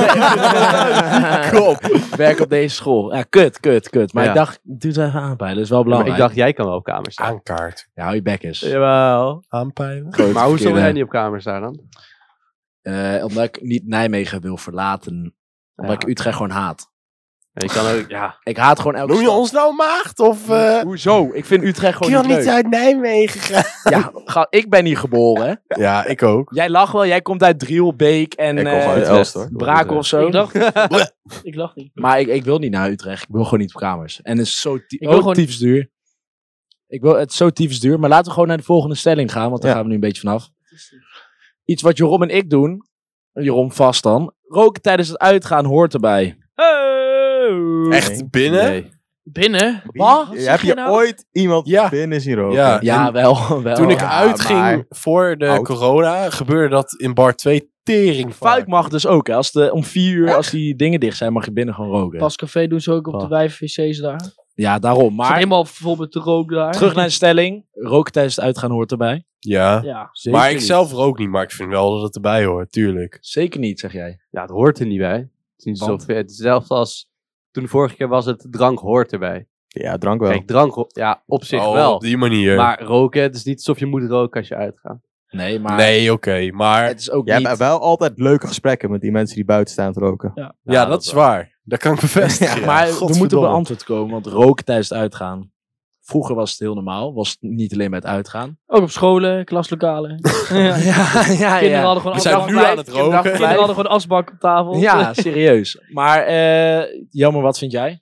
Speaker 2: Kom.
Speaker 3: werk op deze school. Ja, kut, kut, kut. Maar
Speaker 1: Ja.
Speaker 3: ik dacht, doe het even aanpeilen. Dat is wel
Speaker 1: Ja, maar
Speaker 3: belangrijk.
Speaker 1: ik dacht, jij kan wel op kamers staan.
Speaker 2: Aankaart.
Speaker 3: Ja, hou je bek eens.
Speaker 1: Jawel.
Speaker 2: Aanpeilen.
Speaker 3: Grote
Speaker 1: Maar hoezo wil
Speaker 3: verkeerde-
Speaker 1: jij niet op kamers staan dan?
Speaker 3: Eh, omdat ik niet Nijmegen wil verlaten. Omdat
Speaker 1: Ja.
Speaker 3: ik Utrecht gewoon haat.
Speaker 1: Ja, je kan ook, ja.
Speaker 3: Ik haat gewoon elke
Speaker 2: Noem je
Speaker 3: stad.
Speaker 2: ons nou maagd? Of eh
Speaker 3: Hoezo? Ik vind Utrecht
Speaker 2: kun
Speaker 3: gewoon
Speaker 2: je
Speaker 3: niet
Speaker 2: niet
Speaker 3: leuk.
Speaker 2: uit Nijmegen gaan?
Speaker 3: Ja, ga, ik ben hier geboren. Hè?
Speaker 2: Ja, ik ook.
Speaker 3: Jij lacht wel. Jij komt uit Driel, Beek en
Speaker 4: Ik kom
Speaker 3: eh,
Speaker 4: uit Elst hoor.
Speaker 3: Brakel of zo.
Speaker 5: Ik dacht, ik lach niet.
Speaker 3: Maar ik, ik wil niet naar Utrecht. Ik wil gewoon niet op kamers. En het is zo ti-
Speaker 5: Ik wil
Speaker 3: oh,
Speaker 5: gewoon-
Speaker 3: tyfus duur. Ik wil, het is zo tyfus duur. Maar laten we gewoon naar de volgende stelling gaan. Want daar
Speaker 4: Ja.
Speaker 3: gaan we nu een beetje vanaf. Iets wat Jeroen en ik doen. Jeroen vast dan. Roken tijdens het uitgaan hoort erbij.
Speaker 5: Oh.
Speaker 2: Echt binnen?
Speaker 1: Nee.
Speaker 5: Binnen?
Speaker 3: Wat?
Speaker 4: Wie- Heb je
Speaker 5: nou?
Speaker 4: ooit iemand
Speaker 2: Ja.
Speaker 4: binnen zien roken?
Speaker 2: Ja.
Speaker 3: Ja,
Speaker 2: En
Speaker 3: wel. wel.
Speaker 2: Toen ik
Speaker 4: Ja,
Speaker 2: uitging
Speaker 4: maar-
Speaker 2: voor de
Speaker 4: Oud.
Speaker 2: corona, gebeurde dat in bar twee tering
Speaker 3: Fuik mag dus ook. Hè. Als de, om vier uur, als die dingen dicht zijn, mag je binnen gewoon roken.
Speaker 5: Pas café doen ze ook op de
Speaker 1: Oh.
Speaker 5: wijf-wc's daar.
Speaker 3: Ja, daarom.
Speaker 5: Maar
Speaker 3: Maar
Speaker 5: helemaal vol met de rook daar.
Speaker 3: terug naar de stelling. Roken tijdens het uitgaan hoort erbij.
Speaker 2: Ja.
Speaker 5: Ja.
Speaker 3: Zeker
Speaker 2: Maar ik
Speaker 3: niet.
Speaker 2: zelf rook niet, maar ik vind wel dat het erbij hoort, tuurlijk.
Speaker 3: Zeker niet, zeg jij.
Speaker 1: Ja, het hoort er niet bij. Het is niet
Speaker 3: Want?
Speaker 1: zo ver. Het is zelfs als toen de vorige keer was het drank hoort erbij.
Speaker 4: Ja, drank wel.
Speaker 1: Kijk, drank ho- ja, op zich
Speaker 2: Oh,
Speaker 1: wel.
Speaker 2: op die manier.
Speaker 1: Maar roken, het is niet alsof je moet roken als je uitgaat.
Speaker 3: Nee, maar
Speaker 2: nee, oké. maar
Speaker 3: het is ook
Speaker 4: Jij
Speaker 3: niet...
Speaker 4: hebt wel altijd leuke gesprekken met die mensen die buiten staan te roken.
Speaker 5: Ja.
Speaker 2: ja, dat is waar. Dat kan ik bevestigen.
Speaker 3: Ja, maar we
Speaker 2: Godverdomme.
Speaker 3: moeten op een antwoord komen, want roken tijdens het uitgaan. Vroeger was het heel normaal. Was het niet alleen bij het uitgaan.
Speaker 5: Ook op scholen, klaslokalen. ja.
Speaker 3: ja,
Speaker 5: Kinderen hadden gewoon
Speaker 2: We zijn
Speaker 5: asbak.
Speaker 2: nu aan het roken.
Speaker 5: Kinderen hadden gewoon asbak op tafel.
Speaker 3: Ja, serieus. Maar eh jammer, wat vind jij?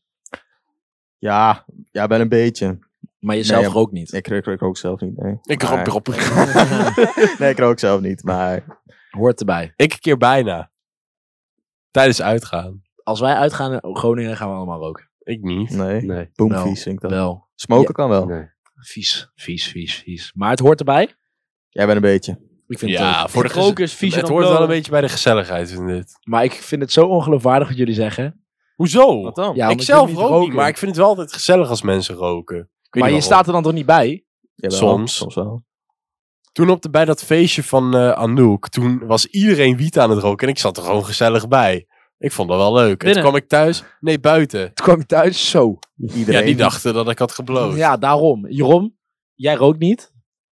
Speaker 4: Ja, ja, wel een beetje.
Speaker 3: Maar jezelf
Speaker 4: Nee,
Speaker 3: rook niet.
Speaker 4: Ik, ik, ik rook zelf niet, nee.
Speaker 2: Ik
Speaker 4: Maar-
Speaker 2: rook erop.
Speaker 4: Nee, ik rook zelf niet, maar...
Speaker 3: Hoort erbij.
Speaker 2: Ik een keer bijna. Tijdens uitgaan.
Speaker 3: Als wij uitgaan in Groningen, gaan we allemaal roken.
Speaker 2: Ik niet.
Speaker 4: Nee,
Speaker 1: Nee.
Speaker 4: boomvies vind ik dat.
Speaker 3: Wel.
Speaker 4: Smoken
Speaker 3: Ja.
Speaker 4: kan wel.
Speaker 1: nee.
Speaker 3: Vies, vies, vies, vies. Maar het hoort erbij.
Speaker 4: Jij bent een beetje.
Speaker 3: Ik vind het
Speaker 2: Ja,
Speaker 3: ook.
Speaker 2: voor de
Speaker 5: Roken is vies
Speaker 2: Het
Speaker 5: dan
Speaker 2: hoort wel
Speaker 5: blowen.
Speaker 2: een beetje bij de gezelligheid in dit.
Speaker 3: Maar ik vind het zo ongeloofwaardig wat jullie zeggen.
Speaker 2: Hoezo?
Speaker 4: Wat dan?
Speaker 3: Ja,
Speaker 2: ik
Speaker 3: omdat
Speaker 2: zelf
Speaker 3: jullie
Speaker 2: rook
Speaker 3: niet
Speaker 2: niet, maar ik vind het wel altijd gezellig als mensen roken. Ik weet
Speaker 3: Maar
Speaker 2: niet
Speaker 3: je
Speaker 2: waarom.
Speaker 3: staat er dan toch niet bij?
Speaker 4: Jawel,
Speaker 2: soms.
Speaker 4: Soms wel.
Speaker 2: Toen op de, bij dat feestje van eh, Anouk, toen was iedereen wiet aan het roken en ik zat er gewoon gezellig bij. Ik vond dat wel leuk. En toen
Speaker 5: Binnen?
Speaker 2: kwam ik thuis. Nee, buiten.
Speaker 3: Toen kwam ik thuis zo.
Speaker 4: Iedereen.
Speaker 2: Ja, die dachten dat ik had gebloot.
Speaker 3: Ja, daarom. Jeroen, jij rookt niet?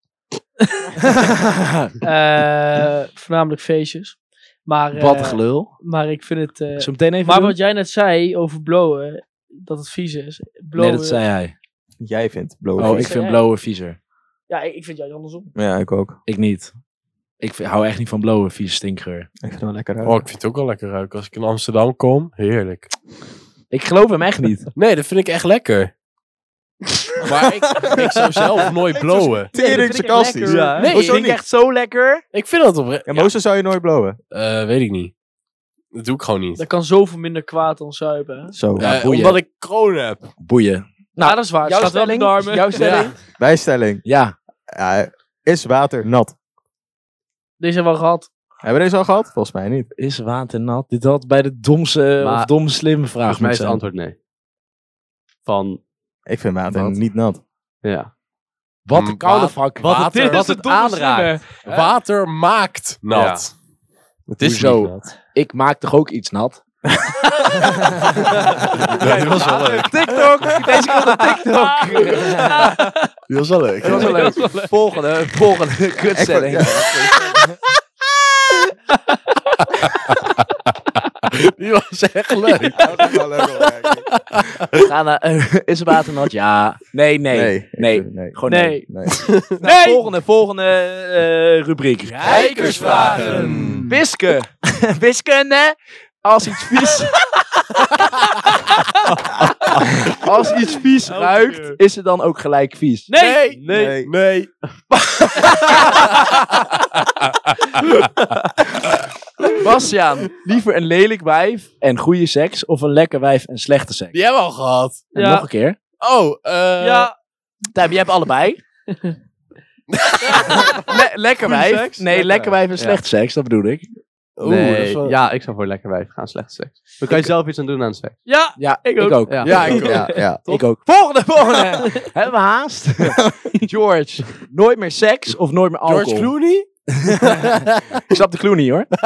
Speaker 5: Eh, voornamelijk feestjes. Maar, eh,
Speaker 3: Wat een gelul.
Speaker 5: maar ik vind het... eh,
Speaker 3: Zo meteen even
Speaker 5: maar
Speaker 3: doen?
Speaker 5: wat jij net zei over blowen, dat het vies is. Blowen,
Speaker 3: Nee, dat zei hij.
Speaker 4: Jij vindt blowen
Speaker 3: Oh,
Speaker 4: vies.
Speaker 3: ik vind
Speaker 5: jij?
Speaker 3: blowen viezer.
Speaker 5: Ja, ik, ik vind juist andersom.
Speaker 4: Ja, ik ook.
Speaker 3: Ik niet. Ik vind- hou echt niet van blowen, vieze stinkgeur.
Speaker 4: Ik vind het wel lekker uit.
Speaker 2: Oh, ik vind het ook wel lekker ruiken. Als ik in Amsterdam kom, heerlijk.
Speaker 3: Ik geloof hem echt niet.
Speaker 2: Nee, dat vind ik echt lekker. Maar ik, ik zou zelf nooit blowen.
Speaker 4: Tering
Speaker 5: vind ik
Speaker 4: sarcastisch.
Speaker 5: lekker.
Speaker 4: Ja.
Speaker 2: Nee,
Speaker 3: ik
Speaker 4: Hoezo
Speaker 3: vind
Speaker 4: niet?
Speaker 3: echt zo lekker.
Speaker 2: Ik vind dat oprecht.
Speaker 4: Ja,
Speaker 2: Ja,
Speaker 4: Mozes zou je nooit blowen.
Speaker 2: eh, weet ik niet. Dat doe ik gewoon niet.
Speaker 5: Dat kan zoveel minder kwaad dan zuipen. Hè?
Speaker 4: Zo.
Speaker 3: Ja,
Speaker 2: Eh,
Speaker 3: boeien.
Speaker 2: omdat ik kroon heb.
Speaker 3: Boeien.
Speaker 5: Nou, dat is waar. Het
Speaker 3: jouw
Speaker 5: staat wel op de
Speaker 3: stelling?
Speaker 5: darmen.
Speaker 3: Jouw stelling?
Speaker 4: Bijstelling.
Speaker 3: Ja.
Speaker 4: Ja, is water nat?
Speaker 5: Deze hebben we al gehad.
Speaker 4: Hebben we deze al gehad? Volgens mij niet.
Speaker 3: Is water nat? Dit had bij de domse
Speaker 1: Maar-
Speaker 3: of domme slimme vraag
Speaker 1: Volgens mij is
Speaker 3: moeten
Speaker 1: het
Speaker 3: zijn.
Speaker 1: antwoord nee. Van,
Speaker 4: Ik vind water
Speaker 3: Wat?
Speaker 4: niet nat.
Speaker 1: ja.
Speaker 3: Wat
Speaker 2: Mm,
Speaker 3: een koude
Speaker 2: wa-
Speaker 3: vak.
Speaker 1: Wat
Speaker 2: Water-
Speaker 1: het is, wat
Speaker 5: Dit is
Speaker 1: het
Speaker 5: de domme
Speaker 1: aanraakt.
Speaker 5: slimme.
Speaker 2: Water maakt nat. Het is
Speaker 3: Hoezo?
Speaker 2: niet nat.
Speaker 3: Ik maak toch ook iets nat?
Speaker 2: Ja, die was wel leuk.
Speaker 3: TikTok! Deze komt op TikTok!
Speaker 2: Die was wel leuk.
Speaker 3: Dat was wel leuk. Volgende, volgende kutstelling.
Speaker 2: Die was echt leuk.
Speaker 4: Dat is wel leuk om te kijken.
Speaker 3: Ga naar, eh, is het water nat? Ja. Nee, nee.
Speaker 4: Nee.
Speaker 3: Nee.
Speaker 4: ik- nee.
Speaker 3: Gewoon
Speaker 5: Nee.
Speaker 3: nee.
Speaker 4: Nee.
Speaker 3: Nou, volgende, volgende eh, rubriek.
Speaker 2: Rijkersvragen.
Speaker 3: Wiske. Wiskunde. Als iets vies... Als iets vies
Speaker 5: Elke
Speaker 3: ruikt,
Speaker 5: keer.
Speaker 3: is het dan ook gelijk vies?
Speaker 5: Nee!
Speaker 2: Nee.
Speaker 4: Nee.
Speaker 2: Nee.
Speaker 3: Bastiaan, liever een lelijk wijf en goede seks of een lekker wijf en slechte seks?
Speaker 2: Die hebben we al gehad.
Speaker 3: En
Speaker 5: Ja.
Speaker 3: nog een keer.
Speaker 2: Oh, eh...
Speaker 5: Ja,
Speaker 3: Tijm, jij hebt allebei. Le- lekker
Speaker 1: Goede
Speaker 3: wijf.
Speaker 1: seks?
Speaker 3: Nee,
Speaker 1: Lekker
Speaker 3: lekker wijf en
Speaker 1: wijf.
Speaker 3: slechte seks, dat bedoel ik.
Speaker 2: Oeh, dat
Speaker 1: Nee,
Speaker 2: is wel-
Speaker 1: ja, ik zou voor lekker wijf gaan, slechte seks. Dan kan je zelf iets aan doen aan seks.
Speaker 5: ja.
Speaker 3: Ja,
Speaker 5: Ik
Speaker 3: ik
Speaker 5: ook.
Speaker 3: ook.
Speaker 1: Ja,
Speaker 2: Ja, ik ook.
Speaker 4: Ja, ja.
Speaker 3: Ik ook. Volgende, volgende. Hebben we haast? George, nooit meer seks of nooit meer alcohol?
Speaker 2: George Clooney?
Speaker 3: Ik snap de clue niet hoor.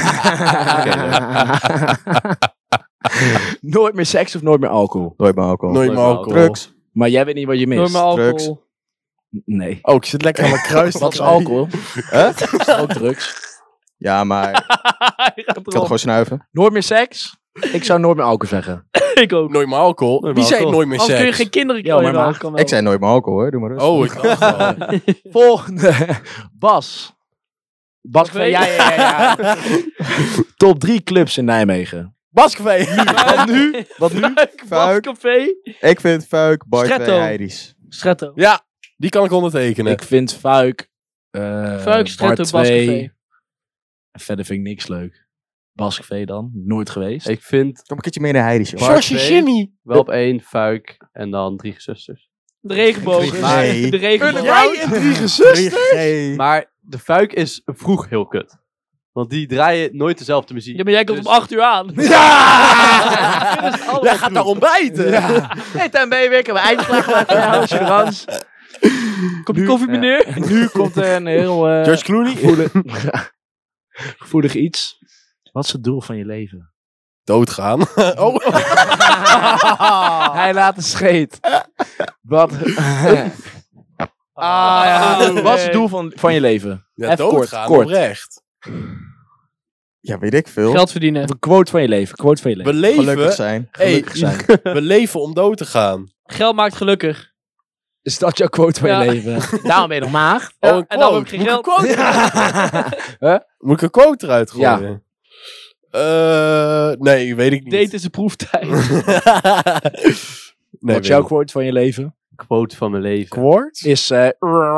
Speaker 3: Nooit meer seks of nooit meer alcohol?
Speaker 4: Nooit meer alcohol.
Speaker 2: Nooit meer
Speaker 1: Nooit meer
Speaker 2: alcohol.
Speaker 4: Drugs.
Speaker 3: Maar jij weet niet wat je mist.
Speaker 5: Door mijn
Speaker 4: drugs.
Speaker 5: alcohol.
Speaker 3: Nee.
Speaker 2: Oh, ik zit lekker aan mijn kruis.
Speaker 3: Wat is alcohol?
Speaker 4: Huh?
Speaker 3: Is ook drugs.
Speaker 4: Ja, maar ik
Speaker 5: Hij gaat
Speaker 4: kan toch
Speaker 5: erop.
Speaker 4: gewoon snuiven?
Speaker 3: Nooit meer seks? Ik zou nooit meer alcohol zeggen.
Speaker 5: Ik ook.
Speaker 2: Nooit meer alcohol.
Speaker 1: Nooit
Speaker 2: Wie
Speaker 1: meer
Speaker 2: zei
Speaker 1: alcohol.
Speaker 2: nooit meer
Speaker 5: Als kun je
Speaker 2: seks?
Speaker 5: geen kinderen
Speaker 3: Ja,
Speaker 5: kan
Speaker 3: maar
Speaker 5: je wel,
Speaker 3: mag.
Speaker 5: kan wel.
Speaker 4: Ik zei nooit meer alcohol hoor, doe maar rustig.
Speaker 2: Oh, ik dacht al.
Speaker 3: Volgende. Bas. Bas,
Speaker 5: Café?
Speaker 3: ja, ja, ja, ja. Top drie clubs in Nijmegen.
Speaker 2: Bascafé.
Speaker 3: Wat nu? Wat nu?
Speaker 4: Fuik.
Speaker 5: Café.
Speaker 4: Ik vind Fuik, Bar twee,
Speaker 5: Stretto.
Speaker 4: Heidi's.
Speaker 5: Stretto.
Speaker 2: Ja, die kan ik ondertekenen.
Speaker 3: Ik vind Fuik. eh
Speaker 5: Fuik, Stretto,
Speaker 3: Bar twee.
Speaker 5: Bascafé.
Speaker 3: En verder vind ik niks leuk. Bascafé dan? Nooit geweest.
Speaker 1: Ik vind
Speaker 4: Kom een keertje mee naar Heidi's, joh.
Speaker 1: Bar
Speaker 2: George
Speaker 1: twee.
Speaker 2: Jimmy.
Speaker 1: wel op één, Fuik en dan drie zusters.
Speaker 5: De regenboog.
Speaker 4: Nee.
Speaker 5: De regenboog.
Speaker 2: Jij en drie gezusters?
Speaker 4: Hey.
Speaker 1: Maar de Fuik is vroeg heel kut. Want die draaien nooit dezelfde muziek.
Speaker 5: Ja, maar jij komt
Speaker 1: Dus-
Speaker 5: om acht uur aan.
Speaker 2: Ja! Jij gaat daar ontbijten.
Speaker 3: Hey, Tijn, ben je weer? Ik heb een eindslag gemaakt voor jou, Assurance.
Speaker 5: Kopje koffie, meneer.
Speaker 3: En nu komt er een heel eh,
Speaker 2: George Clooney?
Speaker 3: gevoelig, gevoelig iets. Wat is het doel van je leven?
Speaker 2: Doodgaan. Oh.
Speaker 3: Hij laat een scheet. Wat?
Speaker 5: Ah, ja.
Speaker 3: Wat is het doel van, van je leven?
Speaker 2: Ja,
Speaker 3: Even kort,
Speaker 2: doodgaan,
Speaker 3: kort.
Speaker 2: oprecht.
Speaker 4: Ja, weet ik veel.
Speaker 5: Geld verdienen.
Speaker 3: Of een quote van je leven. Quote van je leven.
Speaker 2: We leven,
Speaker 4: Gelukkig zijn.
Speaker 2: hey,
Speaker 3: Gelukkig zijn.
Speaker 2: we leven om dood te gaan.
Speaker 5: Geld maakt gelukkig.
Speaker 3: Is dat jouw quote van
Speaker 5: Ja.
Speaker 3: je leven? Daarom ben je nog maagd.
Speaker 2: Oh,
Speaker 5: Ja,
Speaker 2: een
Speaker 5: en dan
Speaker 2: quote.
Speaker 5: heb ik geen
Speaker 2: Moet ik
Speaker 5: geld.
Speaker 2: een quote eruit- Moet ik een quote eruit
Speaker 3: Ja.
Speaker 2: gooien? Eh, nee, weet ik niet.
Speaker 5: Date is een proeftijd.
Speaker 2: nee,
Speaker 3: Wat is jouw quote van je leven?
Speaker 1: Quote van mijn leven.
Speaker 2: quote?
Speaker 3: Is... eh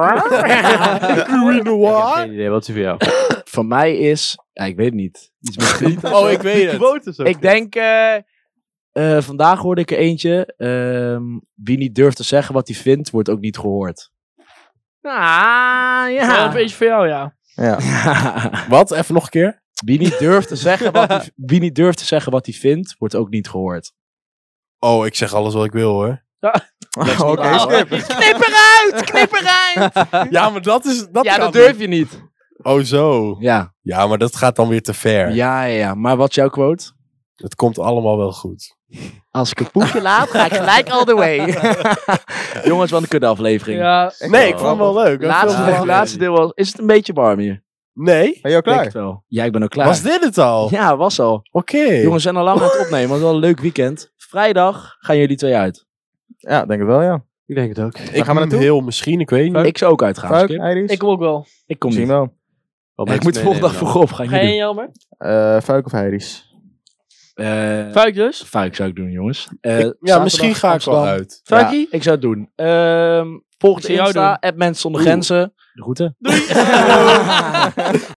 Speaker 1: Ik heb geen idee, wat is die voor jou?
Speaker 3: van mij is... Ja, ik weet het niet. Iets met
Speaker 2: Oh, ik weet het.
Speaker 1: Quote is ook
Speaker 3: Ik denk... eh, eh, vandaag hoorde ik er eentje. ehm, wie niet durft te zeggen wat hij vindt, wordt ook niet gehoord. Ah,
Speaker 5: Ja,
Speaker 3: ja.
Speaker 5: een beetje voor jou, ja.
Speaker 4: Ja.
Speaker 2: Wat? Even nog een keer?
Speaker 3: Wie niet durft te zeggen wat hij, wie niet durft te zeggen wat hij vindt, wordt ook niet gehoord.
Speaker 2: Oh, ik zeg alles wat ik wil, hoor.
Speaker 4: Oké, skip.
Speaker 3: Knip eruit! Knip eruit!
Speaker 2: Ja, maar dat is... Dat
Speaker 3: Ja,
Speaker 2: kan
Speaker 3: dat
Speaker 2: niet.
Speaker 3: durf je niet.
Speaker 2: Oh, zo.
Speaker 3: Ja.
Speaker 2: Ja, maar dat gaat dan weer te ver.
Speaker 3: Ja, ja, ja. Maar wat is jouw quote?
Speaker 2: Het komt allemaal wel goed.
Speaker 3: Als ik een poepje laat, ga ik gelijk all the way. Jongens, wat een kudde aflevering.
Speaker 5: Ja,
Speaker 2: Nee, ik vond het wel leuk.
Speaker 3: Laatste,
Speaker 2: Veel gelachen.
Speaker 3: laatste deel was... Is het een beetje warm hier?
Speaker 2: Nee?
Speaker 4: Ben je al
Speaker 3: Denk
Speaker 4: klaar?
Speaker 3: het wel. Ja, ik ben ook klaar.
Speaker 2: Was dit het al?
Speaker 3: Ja, was al.
Speaker 2: Oké.
Speaker 3: Jongens, we zijn al lang aan het opnemen. Het was wel een leuk weekend. Vrijdag gaan jullie twee uit.
Speaker 4: Ja, denk het wel, ja.
Speaker 1: Ik denk het ook.
Speaker 2: Ik
Speaker 4: gaan we
Speaker 2: ga
Speaker 4: naartoe?
Speaker 2: heel misschien, ik weet niet.
Speaker 3: Ik zou ook uitgaan.
Speaker 4: Fuik,
Speaker 3: Skip.
Speaker 4: Heidi's?
Speaker 5: ik kom ook wel.
Speaker 3: Ik kom
Speaker 4: Zien
Speaker 3: niet.
Speaker 4: wel.
Speaker 1: Wel
Speaker 3: Ja, ik
Speaker 1: mensen
Speaker 3: moet de volgende dag
Speaker 1: meenemen
Speaker 3: vroeg op. Gaan
Speaker 5: Ga je,
Speaker 3: jullie
Speaker 5: Jelmer?
Speaker 4: Eh Fuik of Heidi's?
Speaker 3: doen? Eh,
Speaker 5: Fuik dus?
Speaker 3: Fuik zou ik doen, jongens. Eh,
Speaker 2: Ja,
Speaker 3: zaterdag
Speaker 2: misschien ga ik wel
Speaker 3: Amsterdam.
Speaker 2: uit.
Speaker 5: Fuikie?
Speaker 3: Ja, ik zou het doen. Ehm volg
Speaker 5: Ik
Speaker 3: de
Speaker 5: zie jou
Speaker 3: Insta, app Mensen Zonder
Speaker 5: Oeh.
Speaker 3: Grenzen. De groeten.
Speaker 5: Doei!